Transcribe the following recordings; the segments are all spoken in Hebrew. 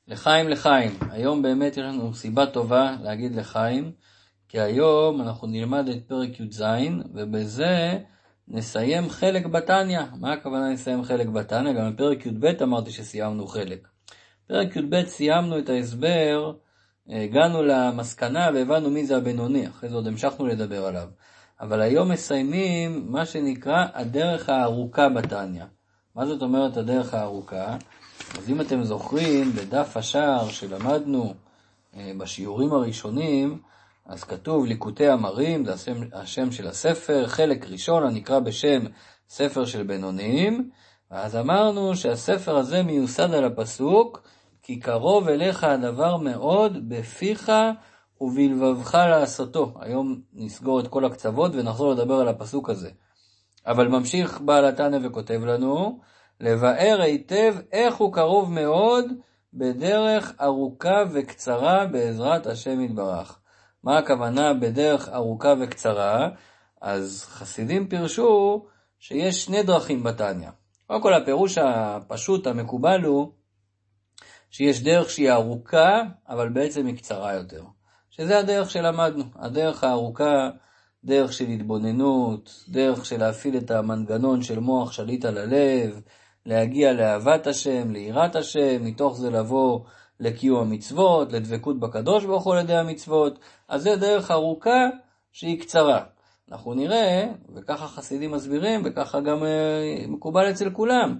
לחיים לחיים, היום באמת יש לנו סיבה טובה להגיד לחיים, כי היום אנחנו נלמד את פרק י"ז, ובזה נסיים חלק בתניה. מה הכוונה נסיים חלק בתניה? גם בפרק י"ב אמרתי שסיימנו חלק. פרק י"ב סיימנו את ההסבר, הגענו למסקנה והבנו מי זה הבינוני, אחרי זה עוד המשכנו לדבר עליו. אבל היום מסיימים מה שנקרא הדרך הארוכה בתניה. מה זאת אומרת הדרך הארוכה? אז אם אתם זוכרים, בדף השער שלמדנו בשיעורים הראשונים, אז כתוב ליקוטי אמרים, זה השם של הספר, חלק ראשון הנקרא בשם ספר של בינוניים, ואז אמרנו שהספר הזה מיוסד על הפסוק, כי קרוב אליך הדבר מאוד בפיך ובלבבך לעשותו. היום נסגור את כל הקצוות ונחזור לדבר על הפסוק הזה. אבל ממשיך בעל התניא וכותב לנו, לבאר היטב איך הוא קרוב מאוד בדרך ארוכה וקצרה בעזרת השם יתברך. מה הכוונה בדרך ארוכה וקצרה? אז חסידים פירשו שיש שני דרכים בתניא. קודם כל הפירוש הפשוט המקובל הוא שיש דרך שהיא ארוכה אבל בעצם היא קצרה יותר. שזה הדרך שלמדנו, הדרך הארוכה, דרך של התבוננות, דרך של להפעיל את המנגנון של מוח שליט על הלב, להגיע לאהבת השם, ליראת השם, מתוך זה לבוא לקיום המצוות, לדבקות בקדוש ברוך הוא על ידי המצוות. אז זה דרך ארוכה שהיא קצרה. אנחנו נראה, וככה חסידים מסבירים, וככה גם מקובל אצל כולם,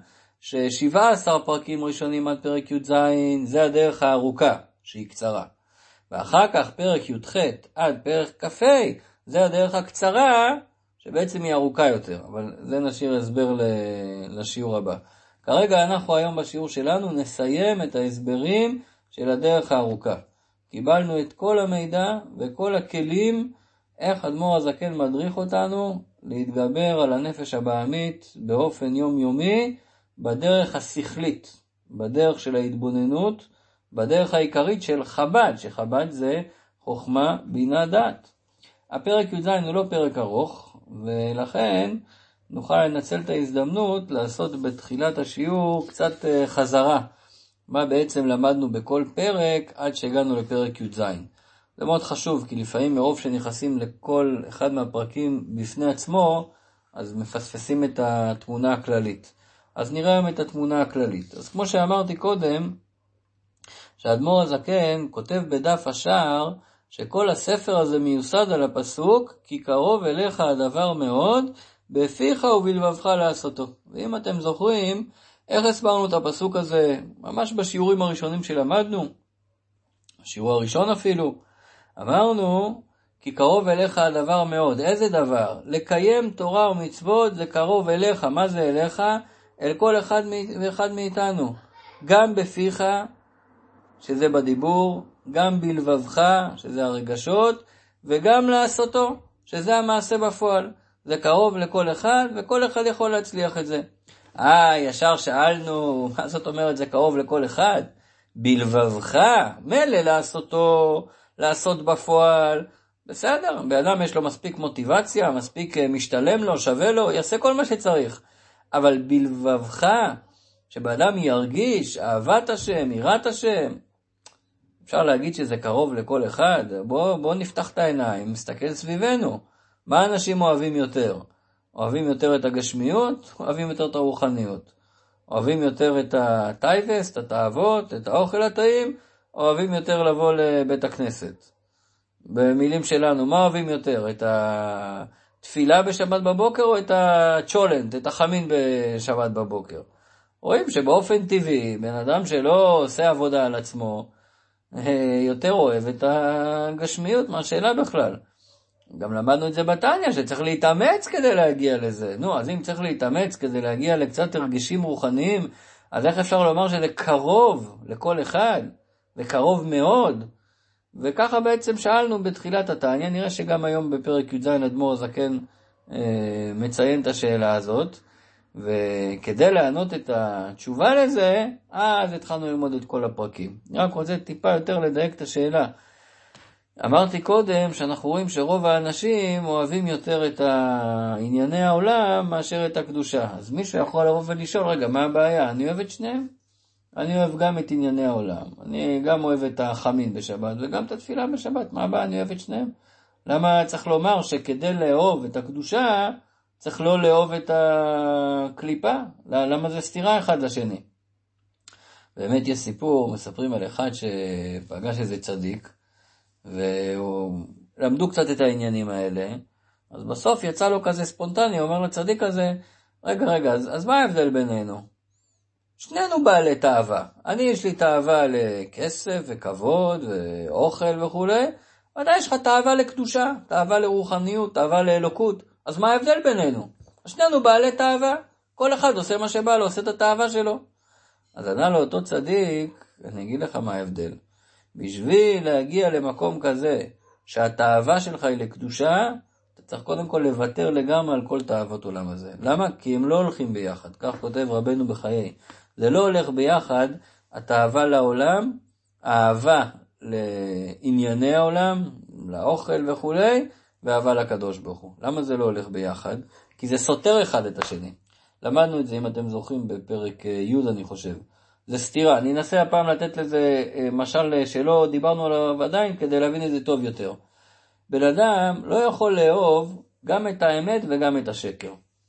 ש17 פרקים ראשונים עד פרק י"ז זה הדרך הארוכה שהיא קצרה. ואחר כך פרק י"ח עד פרק כ"ה זה הדרך הקצרה שבעצם היא ארוכה יותר, אבל זה נשאיר הסבר לשיעור הבא. כרגע אנחנו היום בשיעור שלנו נסיים את ההסברים של הדרך הארוכה. קיבלנו את כל המידע וכל הכלים איך אדמו"ר הזקן מדריך אותנו להתגבר על הנפש הבהמית באופן יומיומי בדרך השכלית, בדרך של ההתבוננות, בדרך העיקרית של חב"ד, שחב"ד זה חוכמה בינה דעת. הפרק י"ז הוא לא פרק ארוך, ולכן נוכל לנצל את ההזדמנות לעשות בתחילת השיעור קצת חזרה, מה בעצם למדנו בכל פרק עד שהגענו לפרק י"ז. זה מאוד חשוב, כי לפעמים מרוב שנכנסים לכל אחד מהפרקים בפני עצמו, אז מפספסים את התמונה הכללית. אז נראה היום את התמונה הכללית. אז כמו שאמרתי קודם, שהאדמו"ר הזקן כותב בדף השער, שכל הספר הזה מיוסד על הפסוק, כי קרוב אליך הדבר מאוד, בפיך ובלבבך לעשותו. ואם אתם זוכרים, איך הסברנו את הפסוק הזה, ממש בשיעורים הראשונים שלמדנו, השיעור הראשון אפילו, אמרנו, כי קרוב אליך הדבר מאוד. איזה דבר? לקיים תורה ומצוות זה קרוב אליך. מה זה אליך? אל כל אחד ואחד מאיתנו. גם בפיך, שזה בדיבור, גם בלבבך, שזה הרגשות, וגם לעשותו, שזה המעשה בפועל. זה קרוב לכל אחד, וכל אחד יכול להצליח את זה. ישר שאלנו, מה זאת אומרת זה קרוב לכל אחד? בלבבך, מלא לעשותו, לעשות בפועל. בסדר, באדם יש לו מספיק מוטיבציה, מספיק משתלם לו, שווה לו, יעשה כל מה שצריך. אבל בלבבך, שבאדם ירגיש אהבת השם, יראת השם, אפשר להגיד שזה קרוב לכל אחד. בוא נפתח את העיניים, מסתכל סביבנו. מה אנשים אוהבים יותר? אוהבים יותר את הגשמיות? אוהבים יותר את הרוחניות? אוהבים יותר את הטייבס, את התאוות, את האוכל הטעים? אוהבים יותר לבוא לבית הכנסת? במילים שלנו, מה אוהבים יותר? את התפילה בשבת בבוקר או את הצ'ולנט, את החמין בשבת בבוקר? רואים שבאופן טבעי, בן אדם שלא עושה עבודה על עצמו, יותר אוהב את הגשמיות, מה השאלה בכלל? גם למדנו את זה בתניה, שצריך להתאמץ כדי להגיע לזה. אז אם צריך להתאמץ כדי להגיע לקצת הרגשים רוחניים, אז איך אפשר לומר שזה קרוב לכל אחד? זה קרוב מאוד. וככה בעצם שאלנו בתחילת התניה, נראה שגם היום בפרק י"ז אדמו"ר הזקן מציין את השאלה הזאת, וכדי לענות את התשובה לזה, אז התחלנו ללמוד את כל הפרקים. אני רק רוצה טיפה יותר לדייק את השאלה. אמרתי קודם שאנחנו רואים שרוב האנשים אוהבים יותר את ענייני העולם מאשר את הקדושה. אז מישהו יכול לבוא ולשאול, רגע, מה הבעיה? אני אוהב את שניהם. אני אוהב גם את ענייני העולם. אני גם אוהב את החמין בשבת וגם את התפילה בשבת. מה הבא? אני אוהב את שניהם. למה צריך לומר שכדי לאהוב את הקדושה, צריך לא לאהוב את הקליפה? למה זה סתירה אחד לשני? באמת יש סיפור, מספרים על אחד שפגש איזה צדיק, ולמדו קצת את העניינים האלה, אז בסוף יצא לו כזה ספונטני, הוא אומר לצדיק הזה, רגע, אז מה ההבדל בינינו? שנינו בעלי תאווה. אני יש לי תאווה לכסף וכבוד ואוכל וכו'. ואתה יש לך תאווה לקדושה, תאווה לרוחניות, תאווה לאלוקות. אז מה ההבדל בינינו? שנינו בעלי תאווה. כל אחד עושה מה שבא לו, עושה את התאווה שלו. אז ענה לו אותו צדיק, אני אגיד לך מה ההבדל. בשביל להגיע למקום כזה, שהתאווה שלך היא לקדושה, אתה צריך קודם כל לוותר לגמרי על כל תאוות עולם הזה. למה? כי הם לא הולכים ביחד. כך כותב רבנו בחיי. זה לא הולך ביחד, התאווה לעולם, האהבה לענייני העולם, לאוכל וכו', ואהבה לקדוש ברוך הוא. למה זה לא הולך ביחד? כי זה סותר אחד את השני. למדנו את זה, אם אתם זוכרים, בפרק י' אני חושב. זה סתירה. אני אנסה הפעם לתת לזה משל שלא דיברנו עליו עדיין, כדי להבין את זה טוב יותר. בן אדם לא יכול לאהוב גם את האמת וגם את השקר.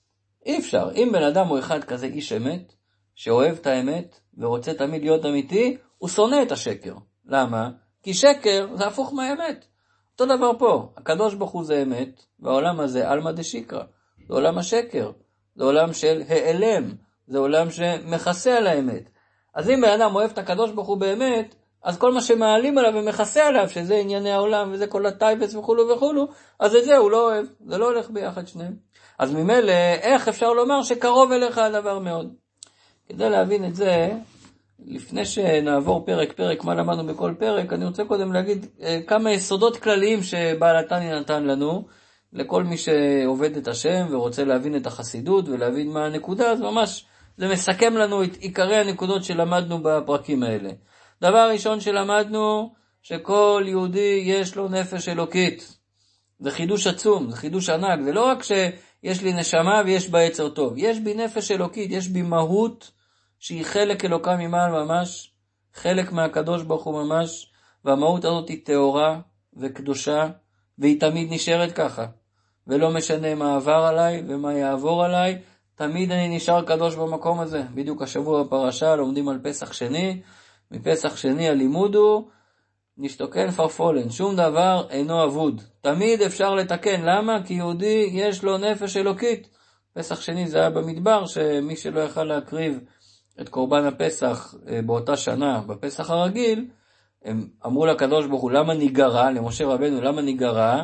אי אפשר. אם בן אדם הוא אחד כזה איש אמת, שאוהב את האמת ורוצה תמיד להיות אמיתי, הוא שונא את השקר. למה? כי שקר זה הפוך מהאמת. אותו דבר פה, הקדוש ברוך הוא זה אמת, והעולם הזה אלמא דשיקרא. זה עולם השקר, זה עולם של העלם, זה עולם שמכסה על האמת. אז אם בן אדם אוהב את הקדוש ברוך הוא באמת, אז כל מה שמעלים עליו ומכסה עליו, שזה ענייני העולם וזה כל הטייבס וכולו וכולו, אז את זה הוא לא אוהב, זה לא הולך ביחד שניהם. אז ממילא, איך אפשר לומר שקרוב אליך הדבר מאוד? כדי להבין את זה, לפני שנעבור פרק מה למדנו בכל פרק, אני רוצה קודם להגיד כמה יסודות כלליים שבעל התניא נתן לנו, לכל מי שעובד את השם ורוצה להבין את החסידות ולהבין מה הנקודה, אז ממש זה מסכם לנו את עיקרי הנקודות שלמדנו בפרקים האלה. דבר ראשון שלמדנו, שכל יהודי יש לו נפש אלוקית. זה חידוש עצום, זה חידוש ענק, זה לא רק שיש לי נשמה ויש בה יצר טוב, יש בי נפש אלוקית, יש בי מהות שהיא חלק אלוקה ממעל ממש, חלק מהקדוש ברוך הוא ממש, והמהות הזאת היא טהורה וקדושה, והיא תמיד נשארת ככה. ולא משנה מה עבר עליי ומה יעבור עליי, תמיד אני נשאר קדוש במקום הזה. בדיוק השבוע בפרשה לומדים על פסח שני, מפסח שני הלימוד הוא, נשתוקן פרפולן, שום דבר אינו אבוד. תמיד אפשר לתקן, למה? כי יהודי יש לו נפש אלוקית. פסח שני זה היה במדבר, שמי שלא יכל להקריב את קורבן הפסח באותה שנה, בפסח הרגיל, הם אמרו לקדוש ברוך הוא, למה ניגרע, למשה רבנו, למה ניגרע?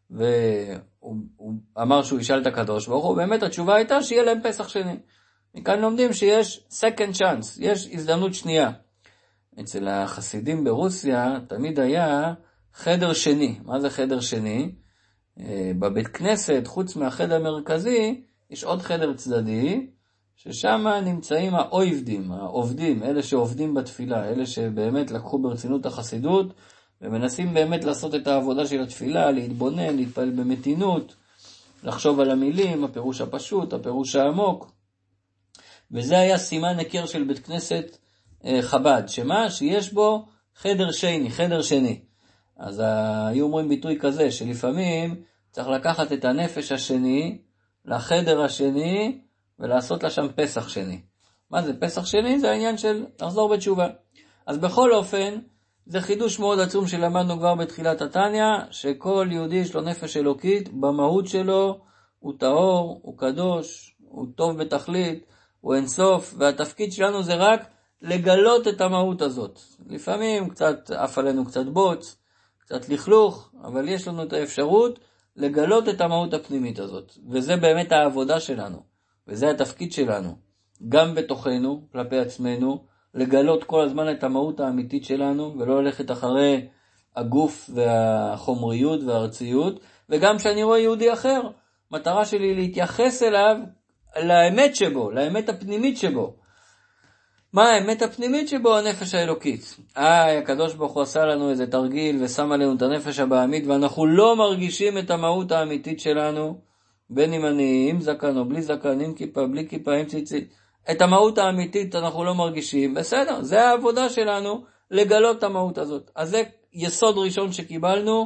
והוא אמר שהוא ישאל את הקדוש ברוך הוא, באמת התשובה הייתה שיהיה להם פסח שני. מכאן לומדים שיש second chance, יש הזדמנות שנייה. אצל החסידים ברוסיה תמיד היה חדר שני. מה זה חדר שני? בבית כנסת, חוץ מהחדר המרכזי, יש עוד חדר צדדי, ששם נמצאים העובדים, אלה שעובדים בתפילה, אלה שבאמת לקחו ברצינות החסידות, ומנסים באמת לעשות את העבודה של התפילה, להתבונן, להתפעל במתינות, לחשוב על המילים, הפירוש הפשוט, הפירוש העמוק. וזה היה סימן הכר של בית כנסת חב"ד, שיש בו חדר שני. אז היו אומרים ביטוי כזה, שלפעמים צריך לקחת את הנפש השני, לחדר השני, ולעשות לה שם פסח שני. מה זה פסח שני? זה העניין של לחזור בתשובה. אז בכל אופן, זה חידוש מאוד עצום שלמדנו כבר בתחילת התניא, שכל יהודי יש לו נפש אלוקית, במהות שלו הוא טהור, הוא קדוש, הוא טוב בתכלית, הוא אינסוף, והתפקיד שלנו זה רק לגלות את המהות הזאת. לפעמים קצת עף עלינו קצת בוץ, קצת לכלוך, אבל יש לנו את האפשרות לגלות את המהות הפנימית הזאת. וזה באמת העבודה שלנו, וזה התפקיד שלנו. גם בתוכנו, כלפי עצמנו, לגלות כל הזמן את המהות האמיתית שלנו, ולא ללכת אחרי הגוף והחומריות והארציות, וגם כשאני רואה יהודי אחר, מטרה שלי להתייחס אליו, לאמת שבו, לאמת הפנימית שבו. מה האמת הפנימית שבו? הנפש האלוקית. הקדוש ברוך הוא עשה לנו איזה תרגיל, ושם עלינו את הנפש הבעמית, ואנחנו לא מרגישים את המהות האמיתית שלנו, בין אם אני עם זקן או בלי זקן, עם כיפה, בלי כיפה, עם ציצית. את המהות האמיתית אנחנו לא מרגישים, בסדר, זה העבודה שלנו, לגלות את המהות הזאת. אז זה יסוד ראשון שקיבלנו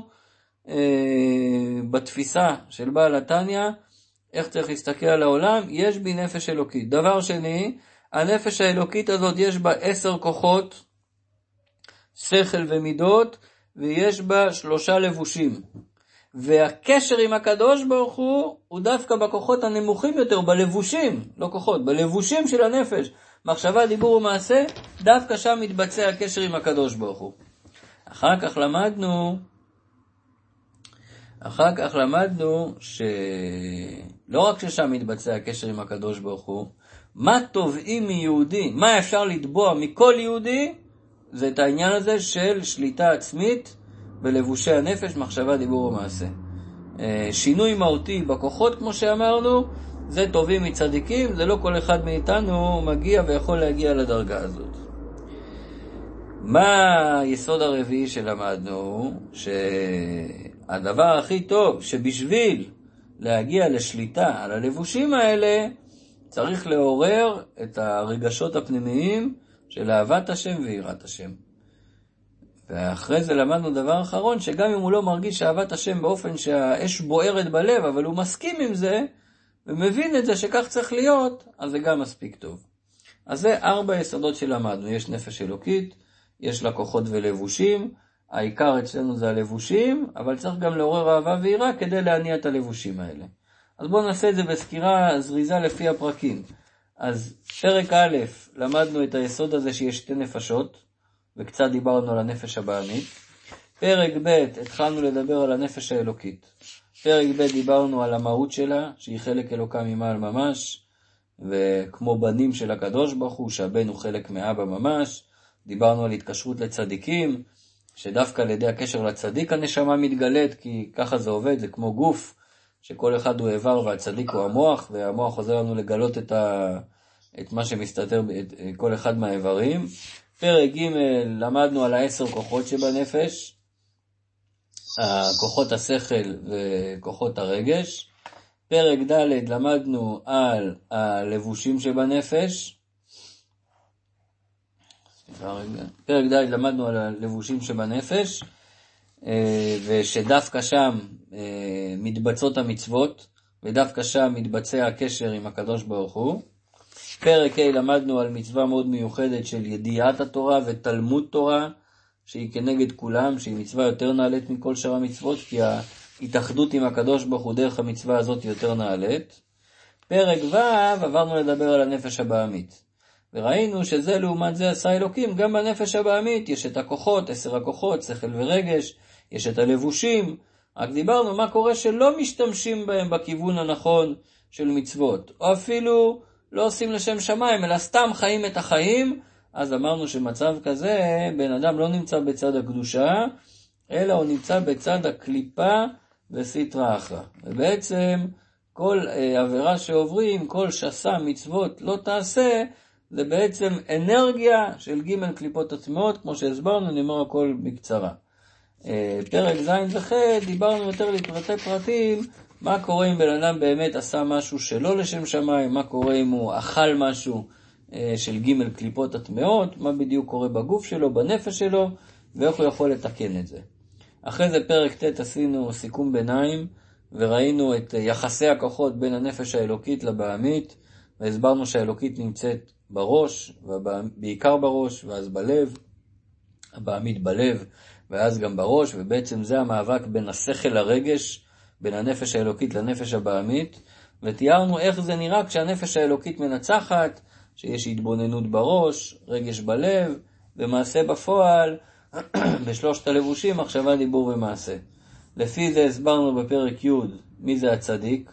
בתפיסה של בעל התניא, איך צריך להסתכל על העולם, יש בי נפש אלוקית. דבר שני, הנפש האלוקית הזאת יש בה 10 כוחות, שכל ומידות, ויש בה 3 לבושים. והקשר עם הקדוש ברוך הוא דווקא בכוחות הנמוכים יותר, בלבושים, לא כוחות, בלבושים של הנפש. מחשבה, דיבור ומעשה, דווקא שם מתבצע הקשר עם הקדוש ברוך הוא. אחר כך למדנו שלא רק ששם מתבצע הקשר עם הקדוש ברוך הוא, מה תובעים מיהודי, מה אפשר לתבוע מכל יהודי, זה את העניין הזה של שליטה עצמית בלבושי הנפש, מחשבה, דיבור ומעשה. שינוי מהותי בכוחות, כמו שאמרנו, זה טובים מצדיקים, זה לא כל אחד מאיתנו מגיע ויכול להגיע לדרגה הזאת. מה היסוד הרביעי שלמדנו? שהדבר הכי טוב, שבשביל להגיע לשליטה על הלבושים האלה, צריך לעורר את הרגשות הפנימיים של אהבת השם ויראת השם. ואחרי זה למדנו דבר אחרון, שגם אם הוא לא מרגיש אהבת השם באופן שהאש בוערת בלב, אבל הוא מסכים עם זה, ומבין את זה שכך צריך להיות, אז זה גם מספיק טוב. אז זה 4 יסודות שלמדנו. יש נפש אלוקית, יש לה כוחות ולבושים, העיקר אצלנו זה הלבושים, אבל צריך גם לעורר אהבה ויראה כדי להניע את הלבושים האלה. אז בואו נעשה את זה בסקירה זריזה לפי הפרקים. אז פרק א', למדנו את היסוד הזה שיש 2 נפשות, וקצת דיברנו על הנפש הבעמית. פרק ב', התחלנו לדבר על הנפש האלוקית. פרק ב' דיברנו על המהות שלה, שהיא חלק אלוקה ממעל ממש, וכמו בנים של הקדוש ברוך הוא, שהבן הוא חלק מאבא ממש. דיברנו על התקשרות לצדיקים, שדווקא על ידי הקשר לצדיק הנשמה מתגלית, כי ככה זה עובד, זה כמו גוף, שכל אחד הוא איבר והצדיק הוא המוח, והמוח עוזר לנו לגלות את מה שמסתתר בכל אחד מהאיברים. פרק ג' למדנו על 10 כוחות שבנפש, כוחות השכל וכוחות הרגש. פרק ד' למדנו על הלבושים שבנפש. פרק ד' למדנו על הלבושים שבנפש, ושדווקא שם מתבצעות המצוות, ודווקא שם מתבצע הקשר עם הקדוש ברוך הוא. פרק ה' למדנו על מצווה מאוד מיוחדת של ידיעת התורה ותלמוד תורה, שהיא כנגד כולם, שהיא מצווה יותר נעלית מכל שאר המצוות, כי ההתאחדות עם הקדוש ברוך הוא דרך המצווה הזאת היא יותר נעלית. פרק ו' עברנו לדבר על הנפש הבעמית, וראינו שזה לעומת זה עשה אלוקים. גם בנפש הבעמית יש את הכוחות, 10 הכוחות, שכל ורגש, יש את הלבושים. רק דיברנו מה קורה שלא משתמשים בהם בכיוון הנכון של מצוות, או אפילו לא עושים לשם שמיים, אלא סתם חיים את החיים. אז אמרנו שמצב כזה, בן אדם לא נמצא בצד הקדושה, אלא הוא נמצא בצד הקליפה וסטרא אחרא. ובעצם כל עבירה שעוברים, כל שסה מצוות לא תעשה, זה בעצם אנרגיה של ג' קליפות הטמעות, כמו שהסברנו, נאמר הכל בקצרה. פרק ז' וח' דיברנו יותר לפרטי פרטים, מה קורה אם בן אדם באמת עשה משהו שלא לשם שמיים, מה קורה אם הוא אכל משהו של ג' קליפות הטמעות, מה בדיוק קורה בגוף שלו, בנפש שלו, ואיך הוא יכול לתקן את זה. אחרי זה פרק ט' עשינו סיכום ביניים, וראינו את יחסי הכוחות בין הנפש האלוקית לבעמית, והסברנו שהאלוקית נמצאת בראש, בעיקר בראש, ואז בלב, הבעמית בלב, ואז גם בראש, ובעצם זה המאבק בין השכל לרגש, בין הנפש האלוקית לנפש הבעמית, ותיארנו איך זה נראה כשהנפש האלוקית מנצחת, שיש התבוננות בראש, רגש בלב, ומעשה בפועל, בשלושת הלבושים, מחשבה, דיבור ומעשה. לפי זה הסברנו בפרק י' מי זה הצדיק,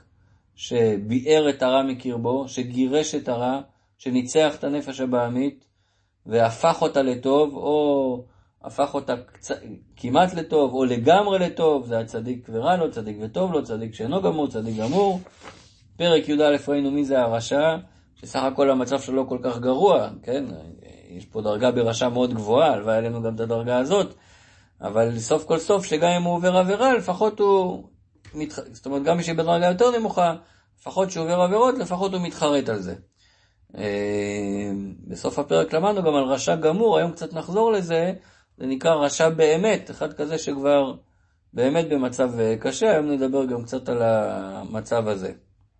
שביער את הרע מקרבו, שגירש את הרע, שניצח את הנפש הבעמית, והפך אותה לטוב, או הפך אותה כמעט לטוב, או לגמרי לטוב, זה הצדיק ורע לו, צדיק וטוב לו, צדיק שאינו גמור, צדיק גמור. פרק י' ראינו מי זה הרשע, שסך הכל המצב שלו לא כל כך גרוע, כן? יש פה דרגה ברשע מאוד גבוהה, הלוואי עלינו גם את הדרגה הזאת, אבל סוף כל סוף, שגם אם הוא עובר עבירה, לפחות הוא, זאת אומרת, גם מי שבדרגה יותר נמוכה, לפחות שהוא עובר עבירות, לפחות הוא מתחרט על זה. בסוף הפרק למדנו גם על רשע גמור, היום קצת נחזור לזה, זה נקרא רשע באמת, אחד כזה שכבר באמת במצב קשה, היום נדבר גם קצת על המצב הזה.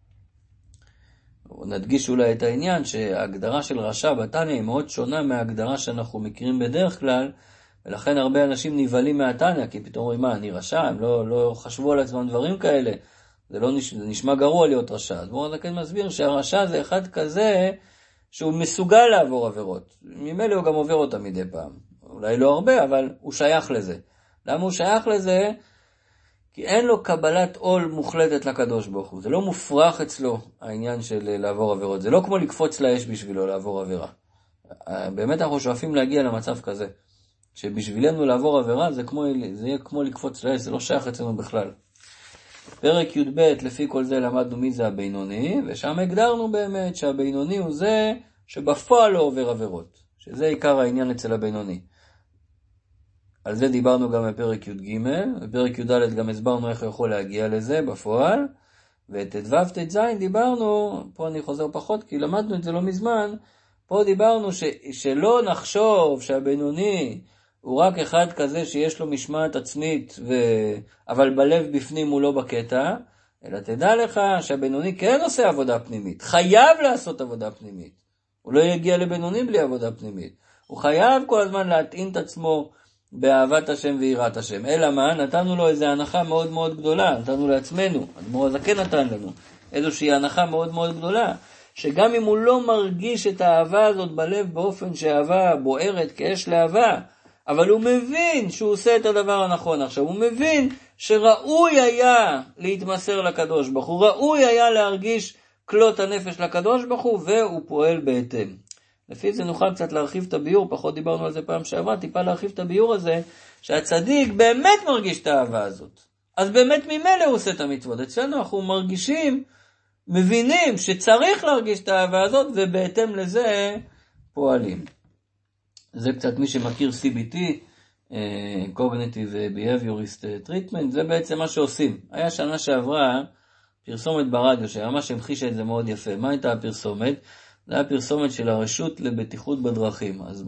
נדגיש אולי את העניין שההגדרה של רשע בתניא היא מאוד שונה מההגדרה שאנחנו מכירים בדרך כלל, ולכן הרבה אנשים נבהלים מהתניא, כי פתאום רואים מה, אני רשע, הם לא חשבו על עצמם דברים כאלה, זה נשמע גרוע להיות רשע. אז בואו נקד מסביר שהרשע זה אחד כזה שהוא מסוגל לעבור עבירות. ממילא הוא גם עובר אותה מדי פעם. אולי לא הרבה, אבל הוא שייך לזה. למה הוא שייך לזה? כי אין לו קבלת עול מוחלטת לקדוש ברוך הוא. זה לא מופרך אצלו העניין של לעבור עבירות. זה לא כמו לקפוץ לאש בשבילו לעבור עבירה. באמת אנחנו שואפים להגיע למצב כזה. שבשבילנו לעבור עבירה זה יהיה כמו לקפוץ לאש, זה לא שייך אצלנו בכלל. פרק י"ב לפי כל זה למדנו מי זה הבינוני, ושם הגדרנו באמת שהבינוני הוא זה שבפועל לא עובר עבירות. שזה עיקר העניין אצל הבינוני. על זה דיברנו גם בפרק י"ג, בפרק י"ד גם הסברנו איך הוא יכול להגיע לזה בפועל, וט"ו ט"ז דיברנו, פה אני חוזר פחות כי למדנו את זה לא מזמן, פה דיברנו שלא נחשוב שהבינוני הוא רק אחד כזה שיש לו משמעת עצמית, אבל בלב בפנים הוא לא בקטע, אלא תדע לך שהבינוני כן עושה עבודה פנימית, חייב לעשות עבודה פנימית. הוא לא יגיע לבינוני בלי עבודה פנימית. הוא חייב כל הזמן להתאים את עצמו באהבת השם ויראת השם. אלא מה? נתנו לו איזו הנחה מאוד מאוד גדולה, נתנו לעצמנו, אדמו"ר הזקן נתן לנו איזושהי הנחה מאוד מאוד גדולה, שגם אם הוא לא מרגיש את האהבה הזאת בלב באופן שאהבה בוערת כאש לאהבה, אבל הוא מבין שהוא עושה את הדבר הנכון עכשיו, הוא מבין שראוי היה להתמסר לקדוש ברוך הוא, ראוי היה להרגיש כלות הנפש לקדוש ברוך הוא, והוא פועל בהתאם. לפי זה נוכל קצת להרחיב את הביור, פחות דיברנו על זה פעם שעברה, טיפה להרחיב את הביור הזה, שהצדיק באמת מרגיש את האהבה הזאת. אז באמת ממילא הוא עושה את המצוות. אצלנו אנחנו מרגישים, מבינים שצריך להרגיש את האהבה הזאת, ובהתאם לזה פועלים. זה קצת מי שמכיר CBT, Cognitive Behaviorist Treatment, זה בעצם מה שעושים. היה שנה שעברה פרסומת ברדיו, שממש המחישה את זה מאוד יפה. מה הייתה הפרסומת? זה היה פרסומת של הרשות לבטיחות בדרכים. אז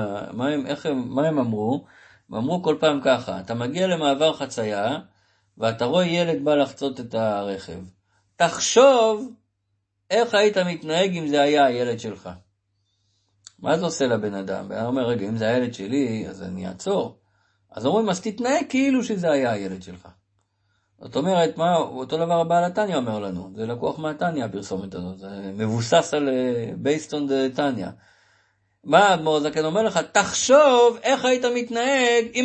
מה הם אמרו? הם אמרו כל פעם ככה, אתה מגיע למעבר חצייה, ואתה רואה ילד בא לחצות את הרכב. תחשוב איך היית מתנהג אם זה היה הילד שלך. מה זה עושה לבן אדם? והוא אומר, רגע, אם זה הילד שלי, אז אני אעצור. אז אומרים, אז תתנהג כאילו שזה היה הילד שלך. זאת אומרת, אותו דבר הבעל התניא אומר לנו, זה לקוח מהתניא הפרסומת הזאת, זה מבוסס על based on the תניא. מה אדמו"ר הזקן אומר לך? תחשוב איך היית מתנהג אם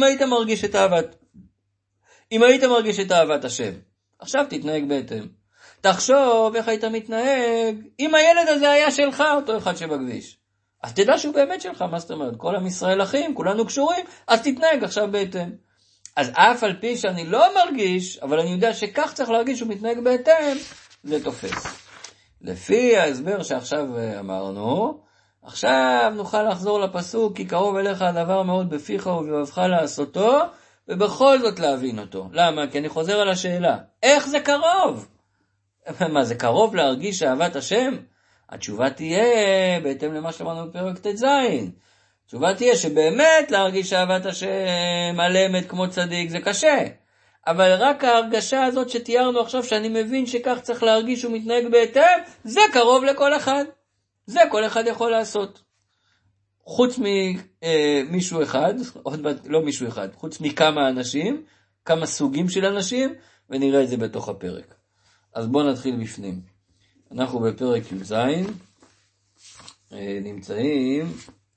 היית מרגיש את אהבת השם. עכשיו תתנהג בהתאם. תחשוב איך היית מתנהג אם הילד הזה היה שלך, אותו אחד שבכביש. אז תדע שהוא באמת שלך, מה זאת אומרת? כל עם ישראל אחים, כולנו קשורים, אז תתנהג עכשיו בהתאם. אז אף על פי שאני לא מרגיש, אבל אני יודע שכך צריך להרגיש שהוא מתנהג בהתאם, זה תופס. לפי ההסבר שעכשיו אמרנו, עכשיו נוכל לחזור לפסוק, כי קרוב אליך הדבר מאוד בפיך ובבבך לעשותו, ובכל זאת להבין אותו. למה? כי אני חוזר על השאלה, איך זה קרוב? מה, זה קרוב להרגיש אהבת השם? התשובה תהיה בהתאם למה שלמדנו בפרק ט"ז. התשובה תהיה שבאמת להרגיש אהבת השם על אמת כמו צדיק זה קשה. אבל רק ההרגשה הזאת שתיארנו עכשיו, שאני מבין שכך צריך להרגיש ומתנהג בהתאם, זה קרוב לכל אחד. זה כל אחד יכול לעשות. חוץ ממישהו אחד, לא מישהו אחד, חוץ מכמה אנשים, כמה סוגים של אנשים, ונראה את זה בתוך הפרק. אז בואו נתחיל בפנים. אנחנו בפרק י"ז, נמצאים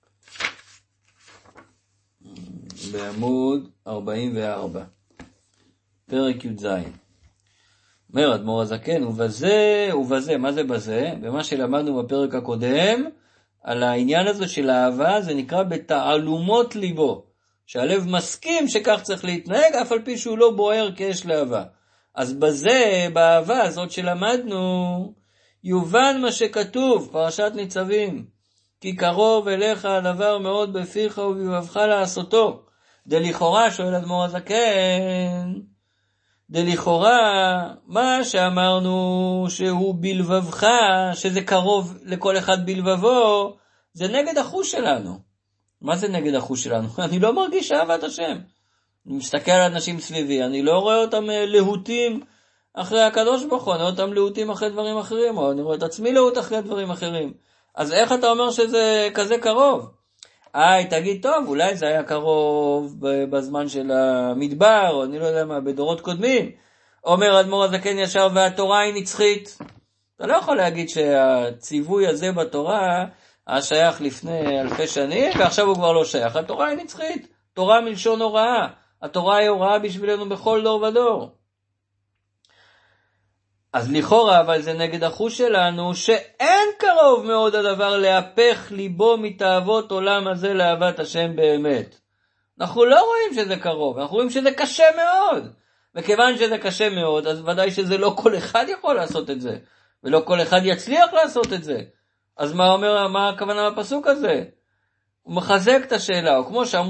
בעמוד 44. פרק י"ז. אומר אדמו"ר הזקן, ובזה, מה זה בזה? במה שלמדנו בפרק הקודם, על העניין הזה של האהבה, זה נקרא בתעלומות ליבו. שהלב מסכים שכך צריך להתנהג, אף על פי שהוא לא בוער כאש לאהבה. אז בזה, באהבה הזאת שלמדנו, יובן מה שכתוב, פרשת ניצבים. כי קרוב אליך הדבר מאוד בפיך ובבבך לעשותו. דלכאורה שואל אדמו"ר הזקן, דלכאורה, מה שאמרנו שהוא בלבבך, שזה קרוב לכל אחד בלבבו, זה נגד החוש שלנו. מה זה נגד החוש שלנו? אני לא מרגיש אהבת השם. אני מסתכל על אנשים סביבי, אני לא רואה אותם להוטים אחרי הקדוש ברוך הוא, אני רואה אותם להוטים אחרי דברים אחרים, או אני רואה את עצמי להוט אחרי דברים אחרים. אז איך אתה אומר שזה כזה קרוב? תגיד טוב, אולי זה היה קרוב בזמן של המדבר, או אני לא יודע מה, בדורות קודמים. אומר אדמו"ר הזקן ישר, והתורה היא נצחית. אתה לא יכול להגיד שהציווי הזה בתורה היה שייך לפני אלפי שנים, ועכשיו הוא כבר לא שייך. התורה היא נצחית, תורה מלשון הוראה. התורה היא הוראה בשבילנו בכל דור ודור. אז לכאורה, אבל זה נגד החוש שלנו, שאין קרוב מאוד הדבר להפך ליבו מתאוות עולם הזה לאהבת השם באמת. אנחנו לא רואים שזה קרוב, אנחנו רואים שזה קשה מאוד. וכיוון שזה קשה מאוד, אז ודאי שזה לא כל אחד יכול לעשות את זה. ולא כל אחד יצליח לעשות את זה. אז מה הכוונה בפסוק הזה? הוא מחזק את השאלה, או כמו שאמרו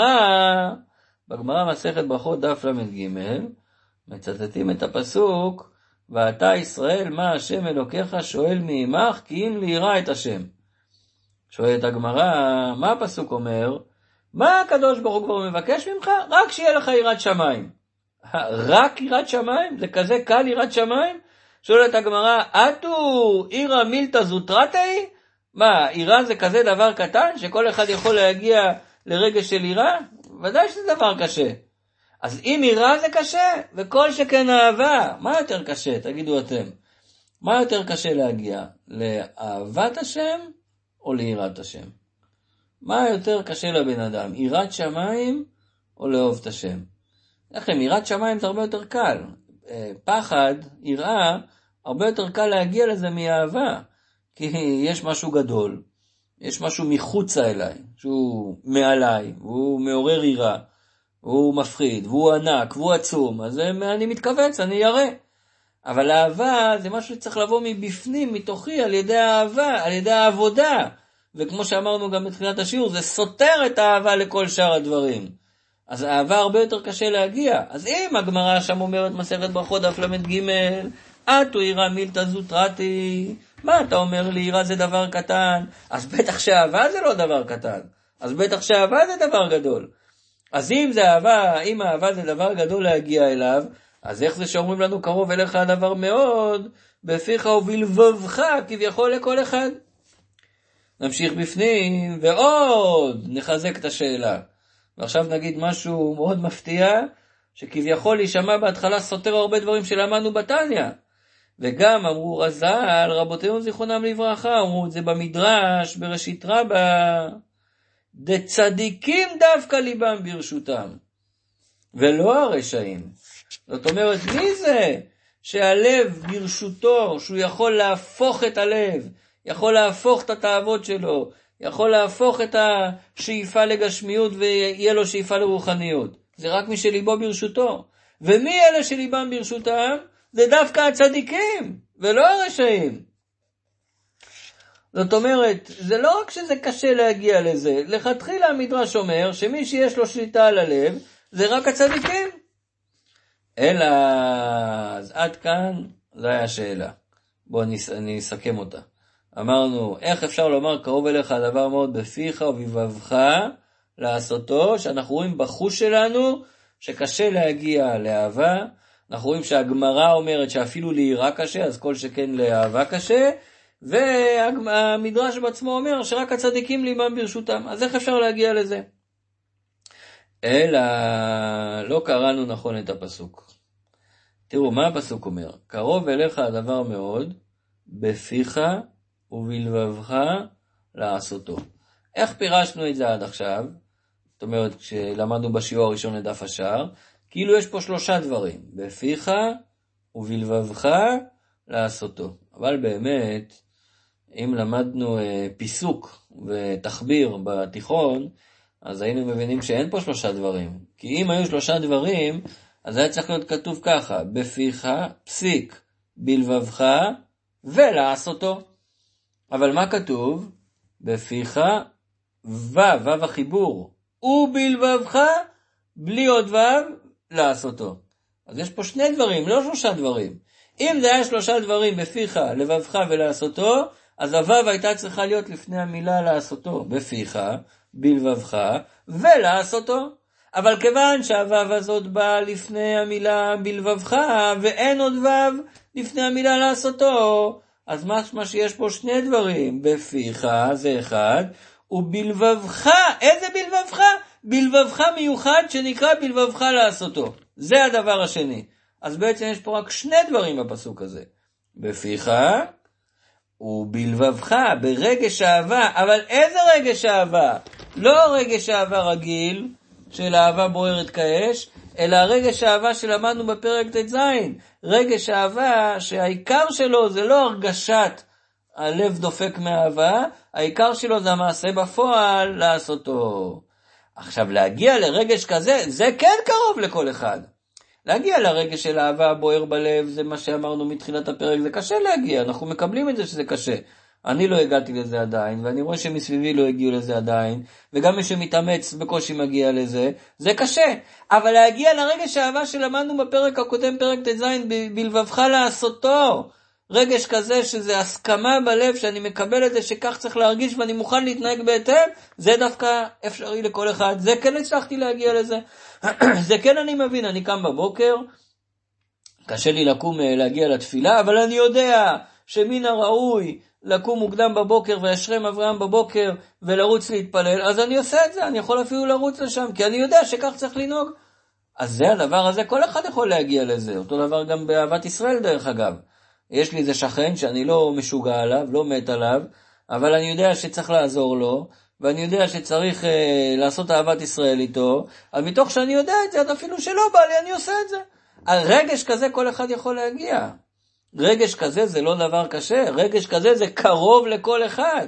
בגמרא מסכת ברכות דף למ"ג, מצטטים את הפסוק, ואתה ישראל מה השם אלוקיך שואל מעמך כי אם לירא את השם. שואלת הגמרא, מה הפסוק אומר? מה הקדוש ברוך הוא כבר מבקש ממך? רק שיהיה לך יראת שמיים. רק יראת שמיים? זה כזה קל יראת שמיים? שואלת הגמרא, אתו עירא מילתא זוטרתי? מה, יראה זה כזה דבר קטן שכל אחד יכול להגיע לרגע של יראה? ודאי שזה דבר קשה. אז אם יראה זה קשה, וכל שכן אהבה, מה יותר קשה? תגידו אתם. מה יותר קשה להגיע? לאהבת השם או ליראת השם? מה יותר קשה לבן אדם? יראת שמיים או לאהוב את השם? לכם, יראת שמיים זה הרבה יותר קל. פחד, יראה, הרבה יותר קל להגיע לזה מאהבה. כי יש משהו גדול, יש משהו מחוצה אליי, שהוא מעליי, והוא מעורר יראה. הוא מפחיד, והוא ענק, והוא עצום, אז אני מתכווץ, אני ירא. אבל האהבה זה משהו שצריך לבוא מבפנים, מתוכי, על ידי האהבה, על ידי העבודה. וכמו שאמרנו גם בתחילת השיעור, זה סותר את האהבה לכל שאר הדברים. אז האהבה הרבה יותר קשה להגיע. אז אם הגמרא שם אומרת מסכת ברכות דף למ"ג, אתו ירא מילתא זוטרתי, מה אתה אומר לי, יראה זה דבר קטן? אז בטח שאהבה זה לא דבר קטן. אז בטח שאהבה זה דבר גדול. אז אם אהבה זה דבר גדול להגיע אליו, אז איך זה שאומרים לנו קרוב אליך הדבר מאוד, בפיך ובלבבך כביכול לכל אחד. נמשיך בפנים, ועוד נחזק את השאלה. ועכשיו נגיד משהו מאוד מפתיע, שכביכול יישמע בהתחלה סותר הרבה דברים שלמדנו בתניא. וגם אמרו רז"ל, רבותינו זיכרונם לברכה, אמרו את זה במדרש, בראשית רבה, דצדיקים דווקא ליבם ברשותם, ולא הרשעים. זאת אומרת, מי זה שהלב ברשותו, שהוא יכול להפוך את הלב, יכול להפוך את התאוות שלו, יכול להפוך את השאיפה לגשמיות ויהיה לו שאיפה לרוחניות? זה רק מי שליבו ברשותו. ומי אלה שליבם ברשותם? זה דווקא הצדיקים, ולא הרשעים. זאת אומרת, זה לא רק שזה קשה להגיע לזה, לכתחילה המדרש אומר שמי שיש לו שליטה על הלב, זה רק הצדיקים. אלא, אז עד כאן, זו היה השאלה. בואו אני אסכם אותה. אמרנו, איך אפשר לומר קרוב אליך הדבר מאוד בפיך ובבבך לעשותו, שאנחנו רואים בחוש שלנו שקשה להגיע לאהבה, אנחנו רואים שהגמרא אומרת שאפילו ליראה קשה, אז כל שכן לאהבה קשה, והמדרש בעצמו אומר שרק הצדיקים ליבם ברשותם. אז איך אפשר להגיע לזה? אלא לא קראנו נכון את הפסוק. תראו מה הפסוק אומר. קרוב אליך הדבר מאוד בפיך ובלבבך לעשותו. איך פירשנו את זה עד עכשיו? זאת אומרת, כשלמדנו בשיעור הראשון לדף השער, כאילו יש פה 3 דברים, בפיך ובלבבך לעשותו. אבל באמת, אם למדנו פיסוק ותחביר בתיכון, אז היינו מבינים שאין פה 3 דברים. כי אם היו 3 דברים, אז היה צריך להיות כתוב ככה, בפיך, פסיק, בלבבך ולעשותו. אבל מה כתוב? בפיך, וו החיבור, ובלבבך, בלי עוד וו, לעשותו. אז יש פה שני דברים, לא שלושה דברים. אם זה היה שלושה דברים בפיך, לבבך ולעשותו, אז הוו הייתה צריכה להיות לפני המילה לעשותו, בפיך, בלבבך ולעשותו. אבל כיוון שהוו הזאת באה לפני המילה בלבבך, ואין עוד וו לפני המילה לעשותו, אז משמע שיש פה שני דברים, בפיך זה אחד, ובלבבך, איזה בלבבך? בלבבך מיוחד שנקרא בלבבך לעשותו. זה הדבר השני. אז בעצם יש פה רק שני דברים בפסוק הזה. בפיך ובלבבך, ברגש אהבה, אבל איזה רגש אהבה? לא רגש אהבה רגיל, של אהבה בוערת כאש, אלא רגש אהבה שלמדנו בפרק ט"ז. רגש אהבה שהעיקר שלו זה לא הרגשת הלב דופק מאהבה, העיקר שלו זה המעשה בפועל לעשותו. עכשיו להגיע לרגש כזה, זה כן קרוב לכל אחד. להגיע לרגש של אהבה הבוער בלב, זה מה שאמרנו מתחילת הפרק, זה קשה להגיע, אנחנו מקבלים את זה שזה קשה. אני לא הגעתי לזה עדיין, ואני רואה שמסביבי לא הגיעו לזה עדיין, וגם מי שמתאמץ בקושי מגיע לזה, זה קשה. אבל להגיע לרגש האהבה שלמדנו בפרק הקודם, פרק ט"ז, בלבבך לעשותו, רגש כזה שזה הסכמה בלב, שאני מקבל את זה שכך צריך להרגיש, ואני מוכן להתנהג בהתאם, זה דווקא אפשרי לכל אחד, זה כן הצלחתי להגיע לזה, זה כן אני מבין, אני קם בבוקר, קשה לי לקום להגיע לתפילה, אבל אני יודע שמן הראוי לקום מוקדם בבוקר וישרם אברהם בבוקר ולרוץ להתפלל, אז אני עושה את זה, אני יכול אפילו לרוץ לשם, כי אני יודע שכך צריך לנהוג. אז זה הדבר הזה, כל אחד יכול להגיע לזה, אותו דבר גם באהבת ישראל דרך אגב. יש לי איזה שכן שאני לא משוגע עליו, לא מת עליו, אבל אני יודע שצריך לעזור לו, ואני יודע שצריך לעשות אהבת ישראל איתו, אז מתוך שאני יודע את זה, אפילו שלא בא לי, אני עושה את זה. על רגש כזה כל אחד יכול להגיע. רגש כזה זה לא דבר קשה, רגש כזה זה קרוב לכל אחד.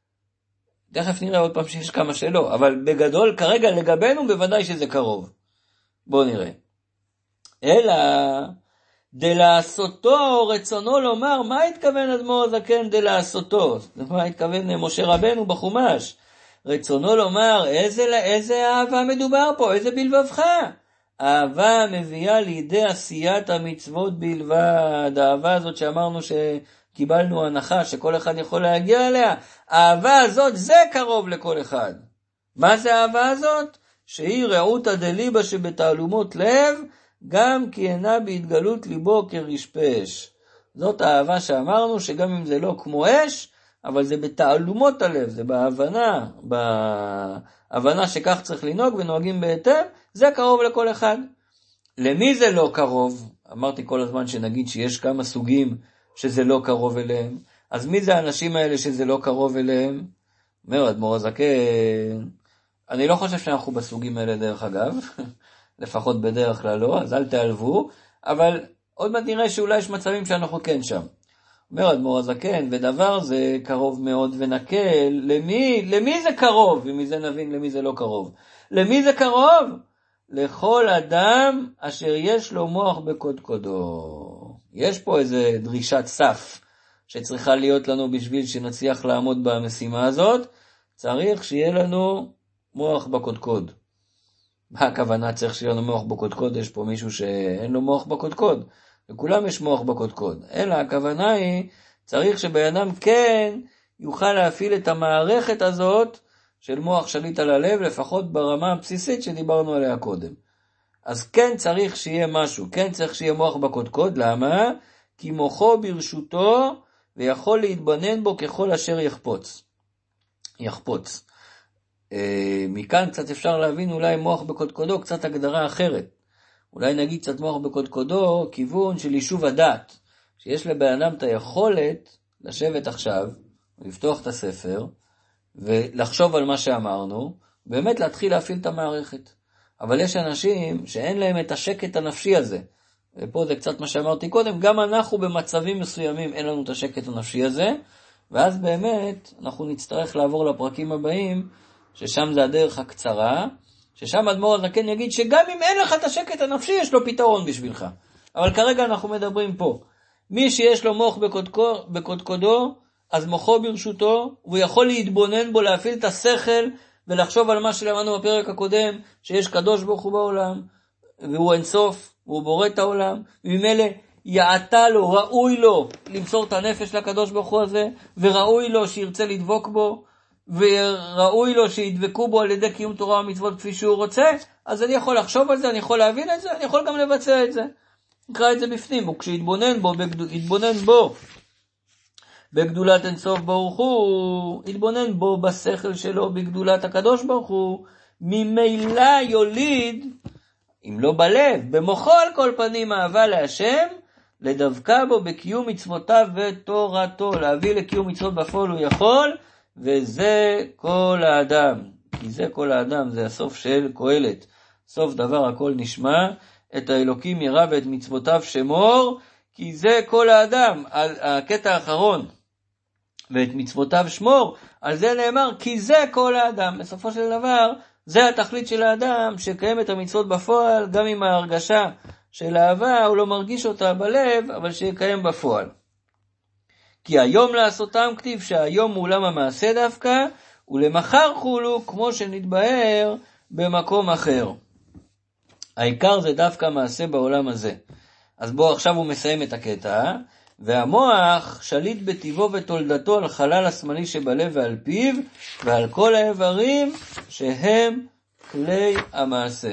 תכף נראה עוד פעם שיש כמה שלא, אבל בגדול כרגע לגבינו בוודאי שזה קרוב. בואו נראה. אלא דלעשותו רצונו לומר, מה התכוון אדמו"ר הזקן דלעשותו? מה התכוון משה רבנו בחומש? רצונו לומר, איזה אהבה מדובר פה, איזה בלבבך? אהבה מביאה לידי עשיית המצוות בלבד. האהבה הזאת שאמרנו שקיבלנו הנחה שכל אחד יכול להגיע אליה, האהבה הזאת זה קרוב לכל אחד. מה זה האהבה הזאת? שהיא רעותא דליבא שבתעלומות לב, גם כי אינה בהתגלות ליבו כרשפש. זאת האהבה שאמרנו שגם אם זה לא כמו אש, אבל זה בתעלומות הלב, זה בהבנה שכך צריך לנהוג ונוהגים בהתאם, זה קרוב לכל אחד. למי זה לא קרוב? אמרתי כל הזמן שנגיד שיש כמה סוגים שזה לא קרוב אליהם, אז מי זה האנשים האלה שזה לא קרוב אליהם? אומר אדמו"ר הזקן, אני לא חושב שאנחנו בסוגים האלה דרך אגב, לפחות בדרך כלל לא, אז אל תעלבו, אבל עוד מעט נראה שאולי יש מצבים שאנחנו כן שם. אומר אדמו"ר הזקן, ודבר זה קרוב מאוד ונקל, למי זה קרוב? ומזה נבין למי זה לא קרוב. למי זה קרוב? לכל אדם אשר יש לו מוח בקודקודו. יש פה איזה דרישת סף שצריכה להיות לנו בשביל שנצליח לעמוד במשימה הזאת, צריך שיהיה לנו מוח בקודקוד. מה הכוונה צריך שיהיה לנו מוח בקודקוד? יש פה מישהו שאין לו מוח בקודקוד. לכולם יש מוח בקודקוד. אלא הכוונה היא, צריך שבן אדם כן יוכל להפעיל את המערכת הזאת של מוח שליט על הלב, לפחות ברמה הבסיסית שדיברנו עליה קודם. אז כן צריך שיהיה משהו, כן צריך שיהיה מוח בקודקוד. למה? כי מוחו ברשותו ויכול להתבונן בו ככל אשר יחפוץ. מכאן קצת אפשר להבין אולי מוח בקודקודו, קצת הגדרה אחרת. אולי נגיד קצת מוח בקודקודו, כיוון של יישוב הדעת, שיש לבן אדם את היכולת לשבת עכשיו, לפתוח את הספר, ולחשוב על מה שאמרנו, באמת להתחיל להפעיל את המערכת. אבל יש אנשים שאין להם את השקט הנפשי הזה, ופה זה קצת מה שאמרתי קודם, גם אנחנו במצבים מסוימים אין לנו את השקט הנפשי הזה, ואז באמת אנחנו נצטרך לעבור לפרקים הבאים, ששם זה הדרך הקצרה, ששם אדמו"ר הזקן יגיד שגם אם אין לך את השקט הנפשי, יש לו פתרון בשבילך. אבל כרגע אנחנו מדברים פה. מי שיש לו מוח בקודקודו, אז מוחו ברשותו, והוא יכול להתבונן בו, להפעיל את השכל, ולחשוב על מה שלמדנו בפרק הקודם, שיש קדוש ברוך הוא בעולם, והוא אינסוף, והוא בורא את העולם, וממילא יעתה לו, ראוי לו למסור את הנפש לקדוש ברוך הוא הזה, וראוי לו שירצה לדבוק בו, וראוי לו שידבקו בו על ידי קיום תורה ומצוות כפי שהוא רוצה. אז אני יכול לחשוב על זה, אני יכול להבין את זה, אני יכול גם לבצע את זה. נקרא את זה בפנים, וכשיתבונן בו בגדולת אינסוף ברוך הוא, יתבונן בו בשכל שלו בגדולת הקדוש ברוך הוא, ממילא יוליד, אם לא בלב, במוחו על כל פנים אהבה להשם, לדבקה בו בקיום מצוותיו ותורתו. להביא לקיום מצוות בפועל הוא יכול, וזה כל האדם. כי זה כל האדם, זה הסוף של קהלת. סוף דבר הכל נשמע, את האלוקים ירא ואת מצוותיו שמור, כי זה כל האדם. על הקטע האחרון, ואת מצוותיו שמור, על זה נאמר, כי זה כל האדם. בסופו של דבר, זה התכלית של האדם, שקיים את המצוות בפועל, גם עם ההרגשה של אהבה, הוא לא מרגיש אותה בלב, אבל שיקיים בפועל. כי היום לעשותם כתיב שהיום הוא עולם המעשה דווקא, ולמחר חולו כמו שנתבהר במקום אחר. העיקר זה דווקא מעשה בעולם הזה. אז בוא עכשיו הוא מסיים את הקטע, והמוח שליט בטבעו ותולדתו על חלל השמאלי שבלב ועל פיו, ועל כל האיברים שהם כלי המעשה.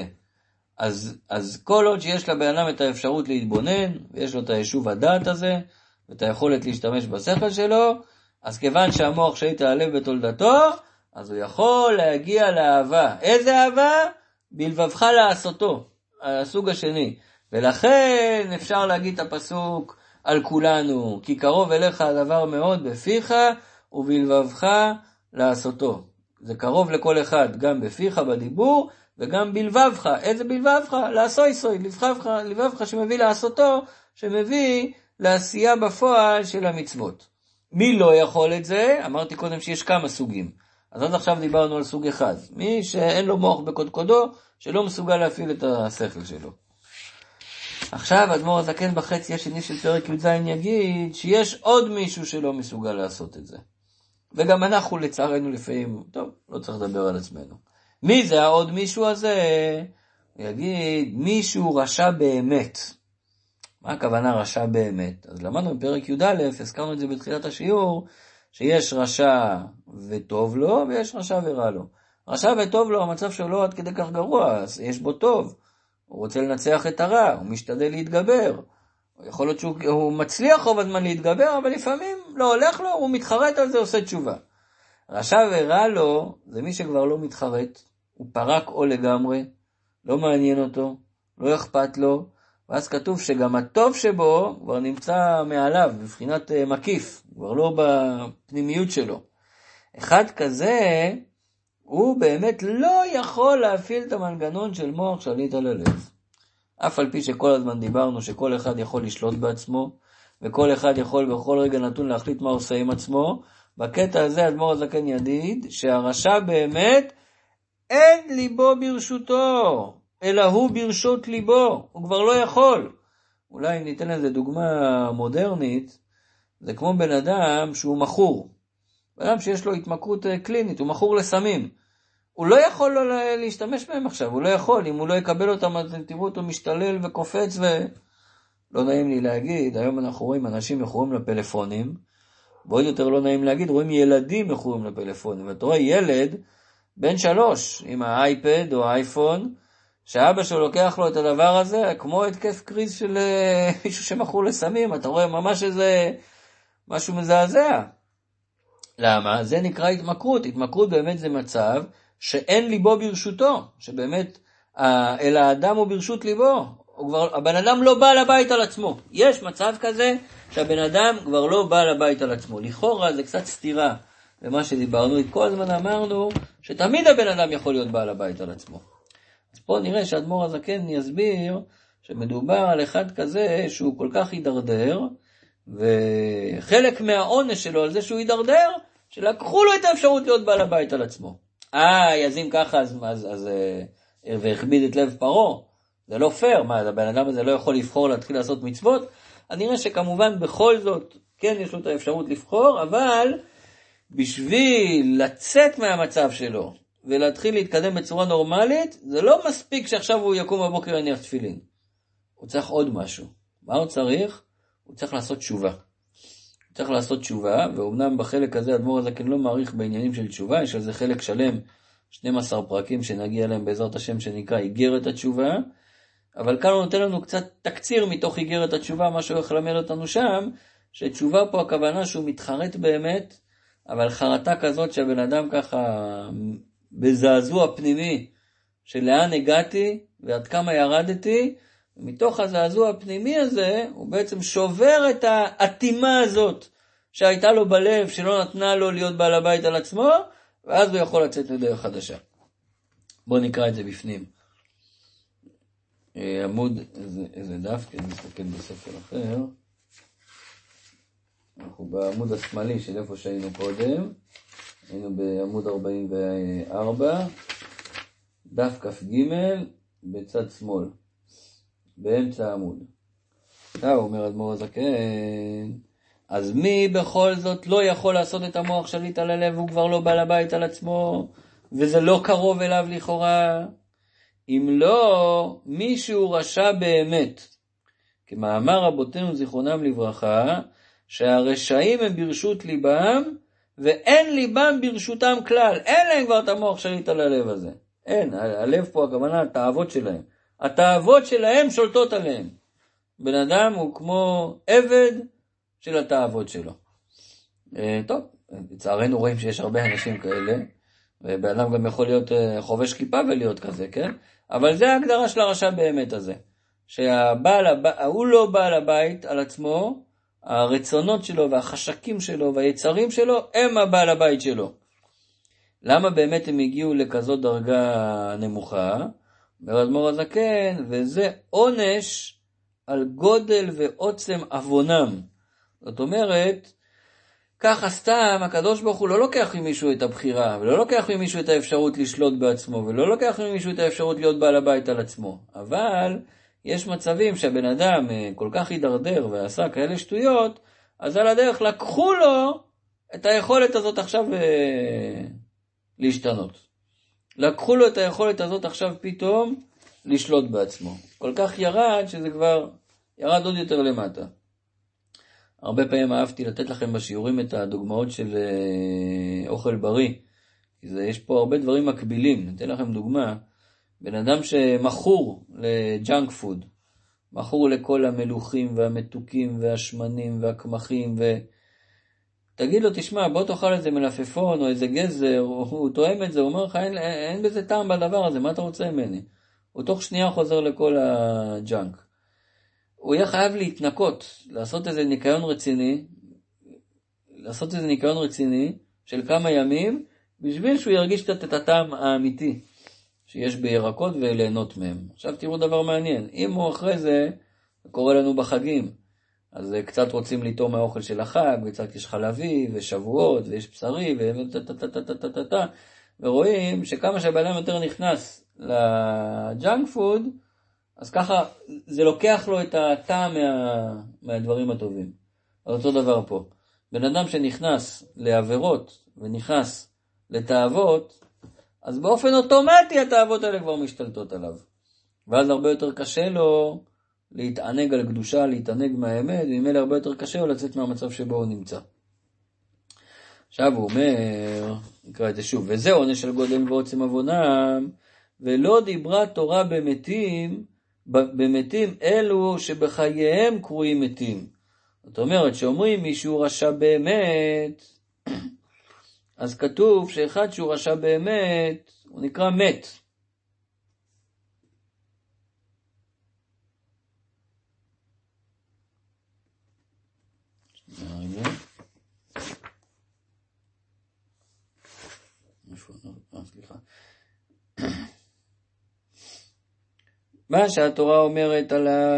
אז כל עוד שיש לבן אדם את האפשרות להתבונן, ויש לו את היישוב הדעת הזה, ואת היכולת להשתמש בשכל שלו, אז כיוון שהמוח שליט על הלב בתולדתו, אז הוא יכול להגיע לאהבה. איזה אהבה? בלבבך לעשותו, הסוג השני. ולכן אפשר להגיד את הפסוק על כולנו, כי קרוב אליך הדבר מאוד בפיך ובלבבך לעשותו. זה קרוב לכל אחד, גם בפיך בדיבור וגם בלבבך. איזה בלבבך? לעשוי, לבבך שמביא לעשותו, שמביא לעשייה בפועל של המצוות. מי לא יכול את זה? אמרתי קודם שיש כמה סוגים. אז עד עכשיו דיברנו על סוג אחד. מי שאין לו מוח בקודקודו, שלא מסוגל להפעיל את השכל שלו. עכשיו אדמו"ר הזקן בחצי השני של פרק י"ז יגיד שיש עוד מישהו שלא מסוגל לעשות את זה. וגם אנחנו לצערנו לפעמים, טוב, לא צריך לדבר על עצמנו. מי זה העוד מישהו הזה? הוא יגיד מישהו רשע באמת. מה הכוונה רשע באמת? אז למדנו בפרק י"א, הזכרנו את זה בתחילת השיעור, שיש רשע וטוב לו, ויש רשע ורע לו. רשע וטוב לו, המצב שלו לא עד כדי כך גרוע, אז יש בו טוב. הוא רוצה לנצח את הרע, הוא משתדל להתגבר. יכול להיות שהוא מצליח רוב הזמן להתגבר, אבל לפעמים לא הולך לו, הוא מתחרט על זה, עושה תשובה. רשע ורע לו, זה מי שכבר לא מתחרט, הוא פרק או לגמרי, לא מעניין אותו, לא אכפת לו, ואז כתוב שגם הטוב שבו כבר נמצא מעליו, בבחינת מקיף, כבר לא בפנימיות שלו. אחד כזה, הוא באמת לא יכול להפעיל את המנגנון של מוח שליט על הלב. אף על פי שכל הזמן דיברנו שכל אחד יכול לשלוט בעצמו, וכל אחד יכול בכל רגע נתון להחליט מה עושה עם עצמו, בקטע הזה אדמו"ר הזקן ידיד שהרשע באמת אין ליבו ברשותו, אלא הוא ברשות ליבו, הוא כבר לא יכול. אולי ניתן לזה דוגמה מודרנית, זה כמו בן אדם שהוא מכור. בן אדם שיש לו התמכרות קלינית, הוא מכור לסמים. הוא לא יכול לא להשתמש בהם עכשיו, הוא לא יכול, אם הוא לא יקבל אותם, אז תראו אותו משתולל וקופץ לא נעים לי להגיד, היום אנחנו רואים אנשים מכורים לפלאפונים, ועוד יותר לא נעים להגיד, רואים ילדים מכורים לפלאפונים, ואתה רואה ילד בן 3 עם האייפד או האייפון, שאבא שלו לוקח לו את הדבר הזה, כמו התקף קריז של מישהו שמכור לסמים, אתה רואה ממש איזה משהו מזעזע. למה? זה נקרא התמכרות. התמכרות באמת זה מצב שאין ליבו ברשותו, שבאמת אלא האדם הוא ברשות ליבו. הבן אדם לא בא לבית על עצמו. יש מצב כזה שהבן אדם כבר לא בא לבית על עצמו. לכאורה זה קצת סתירה למה שדיברנו. כל הזמן אמרנו שתמיד הבן אדם יכול להיות בעל הבית על עצמו. אז פה נראה שאדמו"ר הזקן יסביר שמדובר על אחד כזה שהוא כל כך הידרדר, וחלק מהעונש שלו על זה שהוא הידרדר, שלקחו לו את האפשרות להיות בעל הבית על עצמו. אז אם ככה, אז והכביד את לב פרעה. זה לא פייר, מה, הבן אדם הזה לא יכול לבחור להתחיל לעשות מצוות? אני נראה שכמובן בכל זאת, כן יש לו את האפשרות לבחור, אבל בשביל לצאת מהמצב שלו, ולהתחיל להתקדם בצורה נורמלית, זה לא מספיק שעכשיו הוא יקום בבוקר יניח תפילין. הוא צריך עוד משהו. מה הוא צריך? הוא צריך לעשות תשובה. הוא צריך לעשות תשובה, ואומנם בחלק הזה אדמו"ר הזקן לא מעריך בעניינים של תשובה, יש על זה חלק שלם, 12 פרקים שנגיע אליהם בעזרת השם שנקרא איגרת התשובה, אבל כאן הוא נותן לנו קצת תקציר מתוך איגרת התשובה, מה שהוא יכול ללמד אותנו שם, שתשובה פה הכוונה שהוא מתחרט באמת, אבל חרטה כזאת שהבן אדם ככה בזעזוע פנימי, שלאן הגעתי ועד כמה ירדתי, ומתוך הזעזוע הפנימי הזה, הוא בעצם שובר את האטימה הזאת, שהייתה לו בלב, שלא נתנה לו להיות בעל הבית על עצמו, ואז הוא יכול לצאת לדרך חדשה. בואו נקרא את זה בפנים. עמוד, איזה דף, כי אני מסתכל בספר אחר. אנחנו בעמוד השמאלי של איפה שהיינו קודם. היינו בעמוד 44, דף כ"ג, בצד שמאל, באמצע העמוד. אומר אדמו"ר הזקן, אז מי בכל זאת לא יכול לעשות את המוח שליט על הלב, והוא כבר לא בעל הבית על עצמו, וזה לא קרוב אליו לכאורה? אם לא, מישהו רשע באמת. כמאמר רבותינו זיכרונם לברכה, שהרשעים הם ברשות ליבם, ואין ליבם ברשותם כלל. אין להם כבר את המוח שליט על הלב הזה. אין, הלב פה הכוונה, התאוות שלהם. התאוות שלהם שולטות עליהם. בן אדם הוא כמו עבד של התאוות שלו. טוב, לצערנו רואים שיש הרבה אנשים כאלה, ובן אדם גם יכול להיות חובש כיפה ולהיות כזה, כן? אבל זה ההגדרה של הרשע באמת הזה. שהוא לא בעל הבית על עצמו, הרצונות שלו והחשקים שלו והיצרים שלו הם הבעל הבית שלו. למה באמת הם הגיעו לכזאת דרגה נמוכה? אומר אדמו"ר הזקן, וזה עונש על גודל ועוצם עוונם. זאת אומרת, ככה סתם הקדוש ברוך הוא לא לוקח ממישהו את הבחירה, ולא לוקח ממישהו את האפשרות לשלוט בעצמו, ולא לוקח ממישהו את האפשרות להיות בעל הבית על עצמו. אבל יש מצבים שהבן אדם כל כך הידרדר ועשה כאלה שטויות, אז על הדרך לקחו לו את היכולת הזאת עכשיו להשתנות. לקחו לו את היכולת הזאת עכשיו פתאום לשלוט בעצמו. כל כך ירד שזה כבר ירד עוד יותר למטה. הרבה פעמים אהבתי לתת לכם בשיעורים את הדוגמאות של אוכל בריא. יש פה הרבה דברים מקבילים. נתן לכם דוגמה. בן אדם שמכור לג'אנק פוד, מכור לכל המלוכים והמתוקים והשמנים והקמחים, תגיד לו, תשמע, בוא תאכל איזה מלפפון או איזה גזר, הוא תואם את זה, הוא אומר לך, אין בזה טעם בדבר הזה, מה אתה רוצה ממני? הוא תוך שנייה חוזר לכל הג'אנק. הוא יהיה חייב להתנקות, לעשות איזה ניקיון רציני של כמה ימים, בשביל שהוא ירגיש את הטעם האמיתי שיש בירקות וליהנות מהם. עכשיו תראו דבר מעניין, אם הוא אחרי זה, קורה לנו בחגים, אז קצת רוצים ליטום מהאוכל של החג, וקצת יש חלבי ושבועות ויש בשרי ורואים שכמה שהבעלם יותר נכנס לג'אנק פוד, אז ככה זה לוקח לו את הטעם מהדברים הטובים. אז אותו דבר פה. בן אדם שנכנס לעבירות ונכנס לתאוות, אז באופן אוטומטי התאוות האלה כבר משתלטות עליו. ואז הרבה יותר קשה לו להתענג על קדושה, להתענג מהאמת, וממילא הרבה יותר קשה לו לצאת מהמצב שבו הוא נמצא. עכשיו הוא אומר, נקרא את זה שוב, וזה עונש על גודל ועוצם עוונם, ולא דיברה תורה במתים אלו שבחייהם קרויים מתים. זאת אומרת, שאומרים מישהו רשע באמת, אז כתוב שאחד שהוא רשע באמת, הוא נקרא מת. סליחה. מה שהתורה אומרת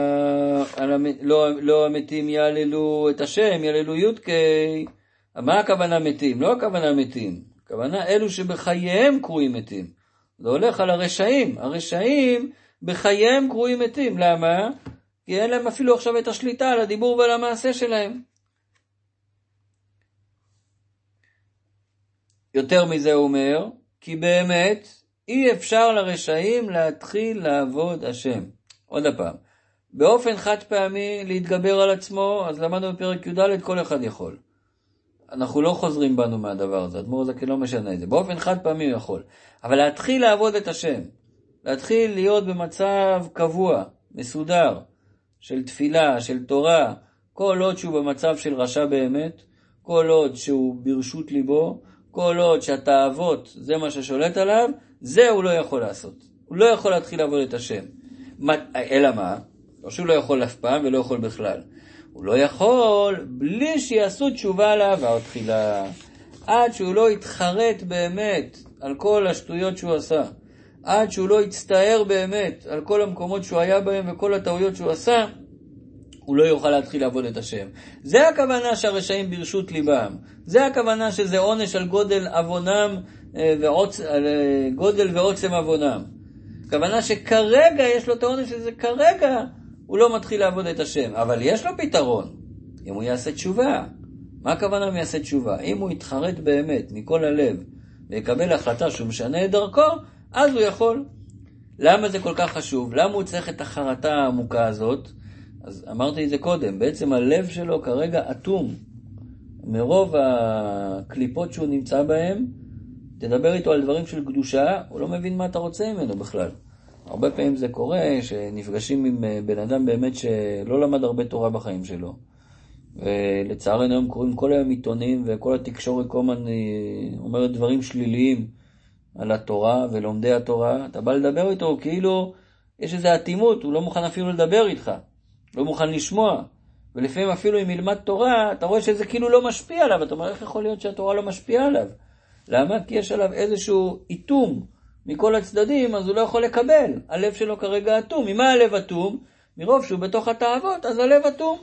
לא המתים יעללו את השם, יעללו יודקי, מה הכוונה מתים? לא הכוונה מתים, הכוונה אלו שבחייהם קרויים מתים. זה הולך על הרשעים, הרשעים בחייהם קרויים מתים. למה? כי אין להם אפילו עכשיו את השליטה על הדיבור ועל המעשה שלהם. יותר מזה הוא אומר, כי באמת אי אפשר לרשעים להתחיל לעבוד השם. עוד הפעם, באופן חד פעמי להתגבר על עצמו, אז למדנו בפרק י"ד, כל אחד יכול. אנחנו לא חוזרים בנו מהדבר הזה, אדמו"ר הזקן לא משנה את זה. באופן חד פעמי הוא יכול. אבל להתחיל לעבוד את השם, להתחיל להיות במצב קבוע, מסודר, של תפילה, של תורה, כל עוד שהוא במצב של רשע באמת, כל עוד שהוא ברשות ליבו, כל עוד שהתאוות זה מה ששולט עליו, זה הוא לא יכול לעשות. הוא לא יכול להתחיל לעבוד את השם. אלא מה? לא שהוא לא יכול אף פעם ולא יכול בכלל. הוא לא יכול בלי שיעשו תשובה על אהבה או תחילה, עד שהוא לא יתחרט באמת על כל השטויות שהוא עשה, עד שהוא לא יצטער באמת על כל המקומות שהוא היה בהם וכל הטעויות שהוא עשה, הוא לא יוכל להתחיל לעבוד את השם. זה הכוונה שהרשעים ברשות ליבם. זה הכוונה שזה עונש על גודל אבונם גודל ועוצם אבונם. הכוונה שכרגע יש לו את העונש הזה, כרגע הוא לא מתחיל לעבוד את השם. אבל יש לו פתרון, אם הוא יעשה תשובה. מה הכוונה אם יעשה תשובה? אם הוא יתחרט באמת מכל הלב ויקבל החלטה שהוא משנה את דרכו, אז הוא יכול. למה זה כל כך חשוב? למה הוא צריך את החרטה העמוקה הזאת? אז אמרתי את זה קודם, בעצם הלב שלו כרגע אטום. מרוב הקליפות שהוא נמצא בהם, תדבר איתו על דברים של קדושה, הוא לא מבין מה אתה רוצה ממנו בכלל. הרבה פעמים זה קורה שנפגשים עם בן אדם באמת שלא למד הרבה תורה בחיים שלו. ולצערנו היום קוראים כל היום עיתונים וכל התקשורת כל הזמן אומרת דברים שליליים על התורה ולומדי התורה. אתה בא לדבר איתו כאילו יש איזו אטימות, הוא לא מוכן אפילו לדבר איתך. לא מוכן לשמוע, ולפעמים אפילו אם ילמד תורה, אתה רואה שזה כאילו לא משפיע עליו, אתה אומר, איך יכול להיות שהתורה לא משפיעה עליו? למה? כי יש עליו איזשהו איתום מכל הצדדים, אז הוא לא יכול לקבל. הלב שלו כרגע אטום. ממה הלב אטום? מרוב שהוא בתוך התאוות, אז הלב אטום.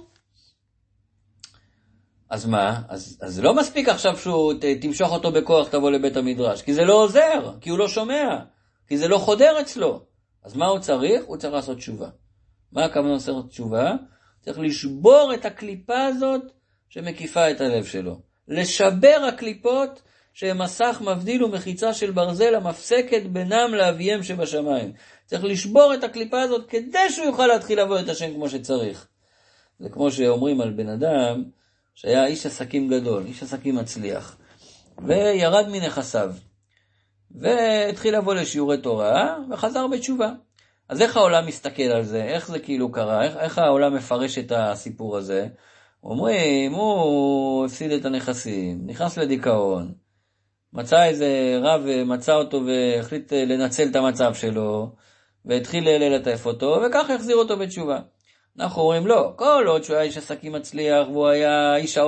אז מה? אז לא מספיק עכשיו שהוא תמשוך אותו בכוח, תבוא לבית המדרש, כי זה לא עוזר, כי הוא לא שומע, כי זה לא חודר אצלו. אז מה הוא צריך? הוא צריך לעשות תשובה. מה הכוונה לעשות תשובה? צריך לשבור את הקליפה הזאת שמקיפה את הלב שלו. לשבר הקליפות שהם מסך מבדיל ומחיצה של ברזל המפסקת בינם לאביהם שבשמיים. צריך לשבור את הקליפה הזאת כדי שהוא יוכל להתחיל לעבוד את השם כמו שצריך. זה כמו שאומרים על בן אדם שהיה איש עסקים גדול, איש עסקים מצליח, וירד מנכסיו, והתחיל לבוא לשיעורי תורה וחזר בתשובה. אז איך העולם מסתכל על זה? איך זה כאילו קרה? איך העולם מפרש את הסיפור הזה? אומרים, הוא הפסיד את הנכסים, נכנס לדיכאון, מצא איזה רב, מצא אותו והחליט לנצל את המצב שלו, והתחיל ללטף אותו, וכך החזיר אותו בתשובה. אנחנו אומרים, לא, כל עוד שהוא היה איש עסקים מצליח, והוא היה איש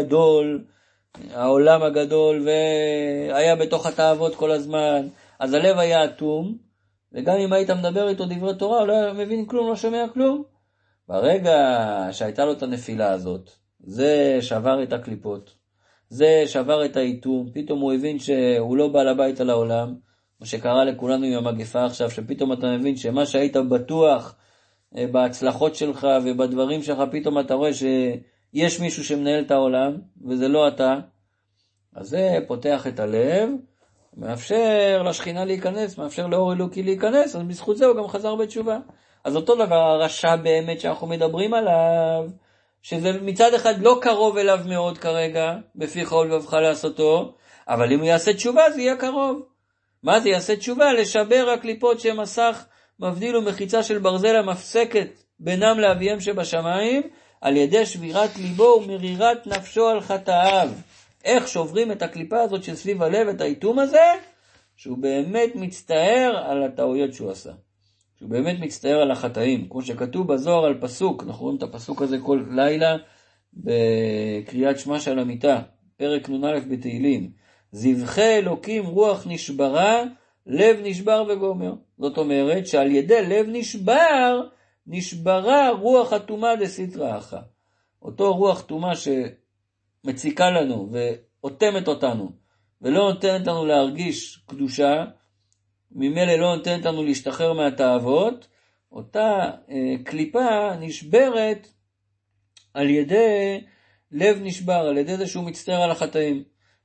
העולם הגדול, והיה בתוך התאוות כל הזמן, אז הלב היה אטום, וגם אם היית מדבר איתו דברי תורה, הוא לא מבין כלום, לא שומע כלום. ברגע שהייתה לו את הנפילה הזאת, זה שבר את הקליפות, זה שבר את האיתום, פתאום הוא הבין שהוא לא בעל הבית על העולם, מה שקרה לכולנו עם המגפה עכשיו, שפתאום אתה מבין שמה שהיית בטוח בהצלחות שלך ובדברים שלך, פתאום אתה רואה שיש מישהו שמנהל את העולם, וזה לא אתה. אז זה פותח את הלב, מאפשר לשכינה להיכנס, מאפשר לאור אלוקי להיכנס, אז בזכות זה הוא גם חזר בתשובה. אז אותו דבר הרשע באמת שאנחנו מדברים עליו, שזה מצד אחד לא קרוב אליו מאוד כרגע, בפיך ולבבך לעשותו, אבל אם הוא יעשה תשובה זה יהיה קרוב. מה זה יעשה תשובה? לשבר הקליפות שמסך מבדיל ומחיצה של ברזל המפסקת בינם לאביהם שבשמיים, על ידי שבירת ליבו ומרירת נפשו על חטאיו. איך שוברים את הקליפה הזאת של סביב הלב, את האיתום הזה? שהוא באמת מצטער על הטעויות שהוא עשה. שהוא באמת מצטער על החטאים. כמו שכתוב בזוהר על פסוק, אנחנו רואים את הפסוק הזה כל לילה בקריאת שמע של המיטה, פרק נ"א בתהילים. זבחי אלוקים רוח נשברה, לב נשבר וגומר. זאת אומרת שעל ידי לב נשבר, נשברה רוח התומה דסתרא אחא. אותו רוח תומה שמציקה לנו ואוטמת אותנו, ולא נותנת לנו להרגיש קדושה, ממילא לא נותנת לנו להשתחרר מהתאוות, אותה קליפה נשברת על ידי לב נשבר, על ידי זה שהוא מצטער על החטאים.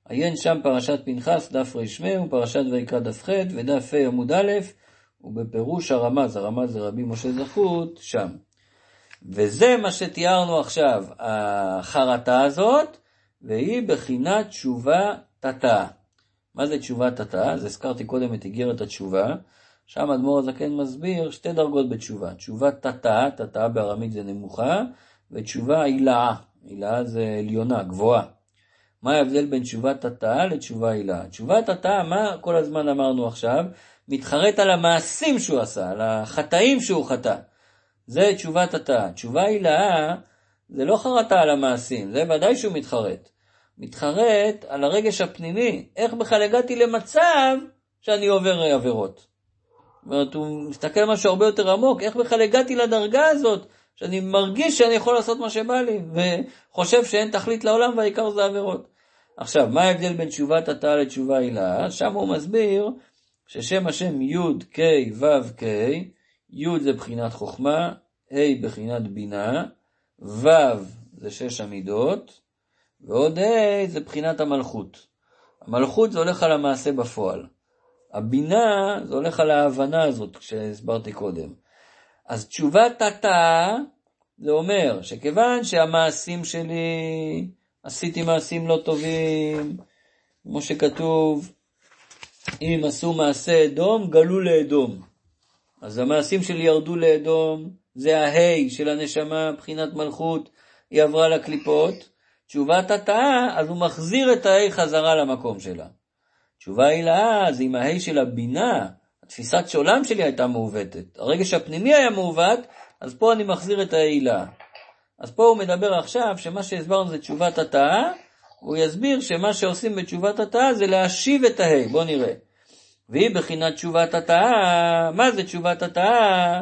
עיין שם פרשת פנחס דף רשמי ופרשת ויקרא דף ח' ודף ה' עמוד א', ובפירוש הרמז זה רבי משה זכות שם. וזה מה שתיארנו עכשיו, החרטה הזאת, והיא בחינת תשובה תתא. מה זה תשובה תתא? אז הזכרתי קודם את איגרת התשובה, שם אדמו"ר הזקן מסביר שתי דרגות בתשובה. תשובה תתא, תתא בארמית זה נמוכה, ותשובה הילאה, הילאה זה עליונה, גבוהה. מה ההבדל בין תשובה תתא לתשובה הילאה? תשובה תתא, מה כל הזמן אמרנו עכשיו? מתחרט על המעשים שהוא עשה, על החטאים שהוא חטא. זה תשובה תתא. תשובה הילאה זה לא חרטה על המעשים, זה ודאי שהוא מתחרט על הרגש הפנימי. איך בכלל הגעתי למצב שאני עובר עבירות? זאת אומרת, הוא מסתכל על משהו הרבה יותר עמוק, איך בכלל הגעתי לדרגה הזאת, שאני מרגיש שאני יכול לעשות מה שבא לי, וחושב שאין תכלית לעולם והעיקר זה עבירות. עכשיו, מה ההבדל בין תשובה תתא לתשובה הילאה? שם הוא מסביר ששם השם י' ק' ו' ק', י' זה בחינת חוכמה, ה' בחינת בינה, ו' זה 6 המידות, ועוד ה' זה בחינת המלכות. המלכות זה הולך על המעשה בפועל. הבינה זה הולך על ההבנה הזאת שהסברתי קודם. אז תשובה תתא זה אומר שכיוון שהמעשים שלי, עשיתי מעשים לא טובים, כמו שכתוב, אם עשו מעשה אדום, גלו לאדום. אז המעשים שלי ירדו לאדום, זה ההי של הנשמה, בחינת מלכות, היא עברה לקליפות. תשובה תתא, אז הוא מחזיר את ההי חזרה למקום שלה. תשובה הילאה, אז עם ההי של הבינה, התפיסת שעולם שלי הייתה מעוותת. הרגש הפנימי היה מעוות, אז פה אני מחזיר את ההילאה. אז פה הוא מדבר עכשיו שמה שהסברנו זה תשובה תתא, הוא יסביר שמה שעושים בתשובה תתא זה להשיב את ההי. בוא נראה. והיא בחינת תשובה תתא, מה זה תשובה תתא?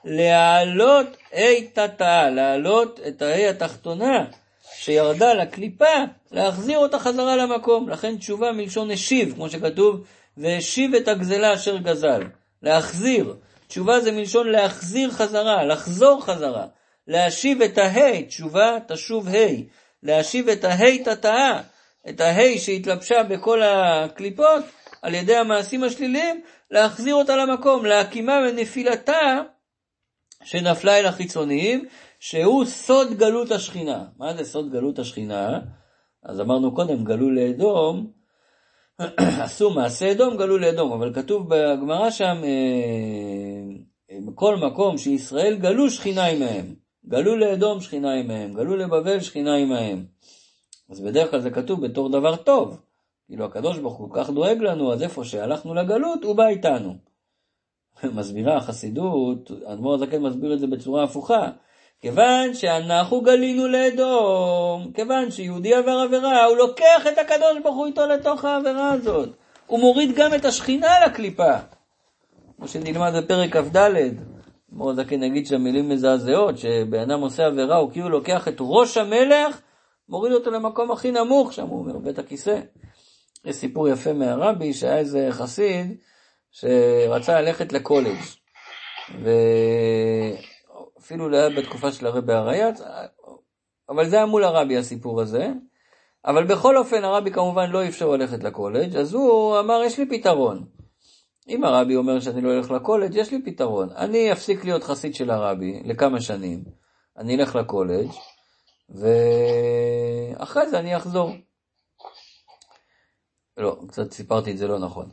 להעלות הי תתא, להעלות את ההי התחתונה שירדה לקליפה, להחזיר אותה חזרה למקום. לכן תשובה מלשון השיב, כמו שכתוב, והשיב את הגזלה אשר גזל. להחזיר. תשובה זה מלשון להחזיר חזרה, לחזור חזרה. להשיב את ההי, תשובה תשוב הי. להשיב את ההי תתא, את ההי שהתלבשה בכל הקליפות, על ידי המעשים השליליים, להחזיר אותה למקום, להקימה ונפילתה שנפלה אל החיצוניים, שהוא סוד גלות השכינה. מה זה סוד גלות השכינה? אז אמרנו קודם, גלו לאדום, עשו מעשה אדום, גלו לאדום, אבל כתוב בגמרא שם, בכל מקום שישראל גלו שכינה עמהם, גלו לאדום שכינה עמהם, גלו לבבל שכינה עמהם. אז בדרך כלל זה כתוב בתור דבר טוב, כאילו הקדוש ברוך הוא כך דואג לנו, אז איפה שהלכנו לגלות, הוא בא איתנו. מסבירה החסידות, אדמו"ר הזקן מסביר את זה בצורה הפוכה, כיוון שאנחנו גלינו לאדום, כיוון שיהודי עבר עבירה, הוא לוקח את הקדוש ברוך הוא איתו לתוך העבירה הזאת. הוא מוריד גם את השכינה לקליפה. כמו שנלמד בפרק כ"ד, אדמו"ר הזקן נגיד שהמילים מזעזעות, שבאדם עושה עבירה, הוא כאילו לוקח את ראש המלך, מוריד אותו למקום הכי נמוך, שם הוא אומר, בית הכיסא. יש סיפור יפה מהרבי, שהיה איזה חסיד, שרצה ללכת לקולג' ואפילו לא היה בתקופה של הרבי הרייץ, אבל זה היה מול הרבי הסיפור הזה, אבל בכל אופן הרבי כמובן לא אפשר ללכת לקולג', אז הוא אמר יש לי פתרון, אם הרבי אומר שאני לא אלך לקולג' יש לי פתרון, אני אפסיק להיות חסיד של הרבי לכמה שנים, אני אלך לקולג' ואחרי זה אני אחזור. לא, קצת סיפרתי את זה לא נכון.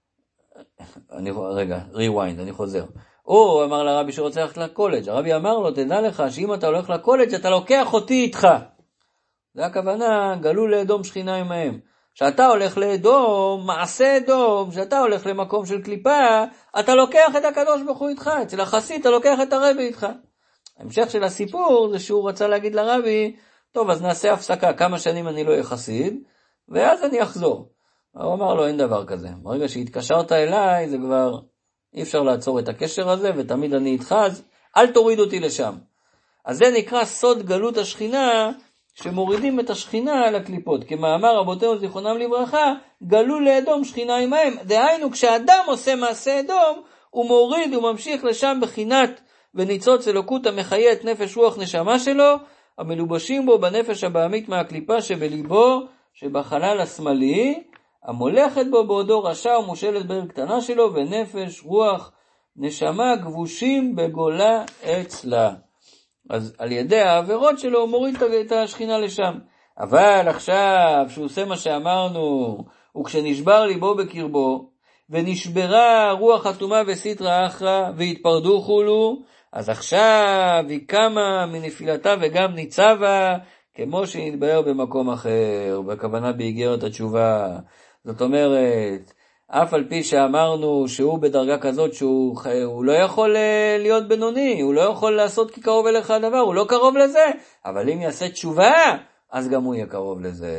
רגע, rewind, אני חוזר. הוא אמר לרבי שרוצה ללכת לקולג', הרבי אמר לו, תדע לך שאם אתה הולך לקולג' אתה לוקח אותי איתך. זה הכוונה, גלו לאדום שכינה עמהם. שאתה הולך לאדום, מעשה אדום, שאתה הולך למקום של קליפה, אתה לוקח את הקדוש ברוך הוא איתך, אצל החסיד אתה לוקח את הרבי איתך. ההמשך של הסיפור זה שהוא רצה להגיד לרבי, טוב אז נעשה הפסקה, כמה שנים אני לא אהיה חסיד, ואז אני אחזור. הוא אמר לו, אין דבר כזה. ברגע שהתקשרת אליי, זה כבר אי אפשר לעצור את הקשר הזה, ותמיד אני איתך, אז אל תוריד אותי לשם. אז זה נקרא סוד גלות השכינה, שמורידים את השכינה על הקליפות. כמאמר רבותינו זיכרונם לברכה, גלו לאדום שכינה עמהם. דהיינו, כשאדם עושה מעשה אדום, הוא מוריד, הוא ממשיך לשם בחינת וניצוץ אלוקות המחיה את נפש רוח נשמה שלו, המלובשים בו בנפש הבעמית מהקליפה שבליבו, שבחלל השמאלי, המולכת בו בעודו רשע ומושלת בעיר קטנה שלו, ונפש, רוח, נשמה, גבושים בגולה אצלה. אז על ידי העבירות שלו הוא מוריד את השכינה לשם. אבל עכשיו, שהוא עושה מה שאמרנו, וכשנשבר ליבו בקרבו, ונשברה רוח אטומה וסטרא אחרא, והתפרדו חולו, אז עכשיו היא קמה מנפילתה וגם ניצבה, כמו שנתבהר במקום אחר, בכוונה באיגרת התשובה. זאת אומרת, אף על פי שאמרנו שהוא בדרגה כזאת שהוא לא יכול להיות בינוני, הוא לא יכול לעשות כי קרוב אליך הדבר, הוא לא קרוב לזה, אבל אם יעשה תשובה, אז גם הוא יהיה קרוב לזה.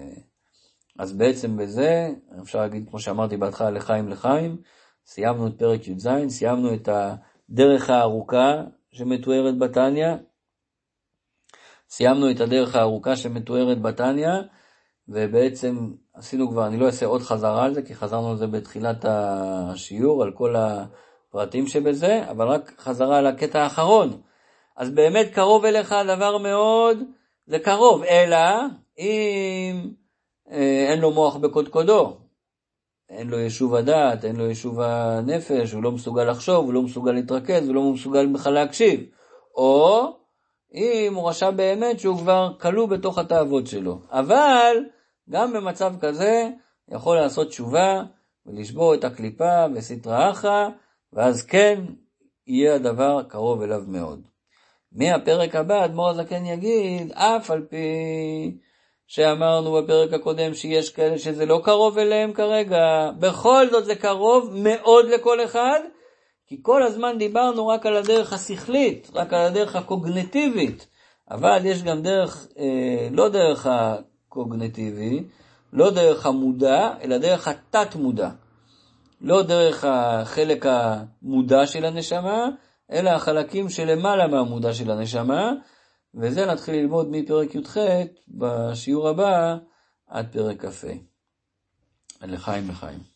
אז בעצם בזה, אפשר להגיד כמו שאמרתי בהתחלה לחיים לחיים, סיימנו את פרק י"ז, סיימנו את הדרך הארוכה שמתוארת בתניא, סיימנו את הדרך הארוכה שמתוארת בתניא, ובעצם עשינו כבר, אני לא אעשה עוד חזרה על זה, כי חזרנו על זה בתחילת השיעור, על כל הפרטים שבזה, אבל רק חזרה על הקטע האחרון. אז באמת קרוב אליך הדבר מאוד, זה קרוב, אלא אם אין לו מוח בקודקודו, אין לו ישוב הדעת, אין לו ישוב הנפש, הוא לא מסוגל לחשוב, הוא לא מסוגל להתרכז, הוא לא מסוגל בכלל להקשיב, או אם הוא רשע באמת שהוא כבר כלוא בתוך התאוות שלו. אבל גם במצב כזה יכול לעשות תשובה ולשבור את הקליפה וסטרא אחרא, ואז כן יהיה הדבר קרוב אליו מאוד. מהפרק הבא אדמו"ר הזקן יגיד, אף על פי שאמרנו בפרק הקודם שיש כאלה שזה לא קרוב אליהם כרגע, בכל זאת זה קרוב מאוד לכל אחד, כי כל הזמן דיברנו רק על הדרך השכלית, רק על הדרך הקוגניטיבית, אבל יש גם דרך, לא דרך הקוגניטיבי, לא דרך המודע, אלא דרך התת מודע. לא דרך החלק המודע של הנשמה, אלא החלקים שלמעלה מהמודע של הנשמה, וזה נתחיל ללמוד מפרק י"ח בשיעור הבא עד פרק כ"ה. לחיים לחיים.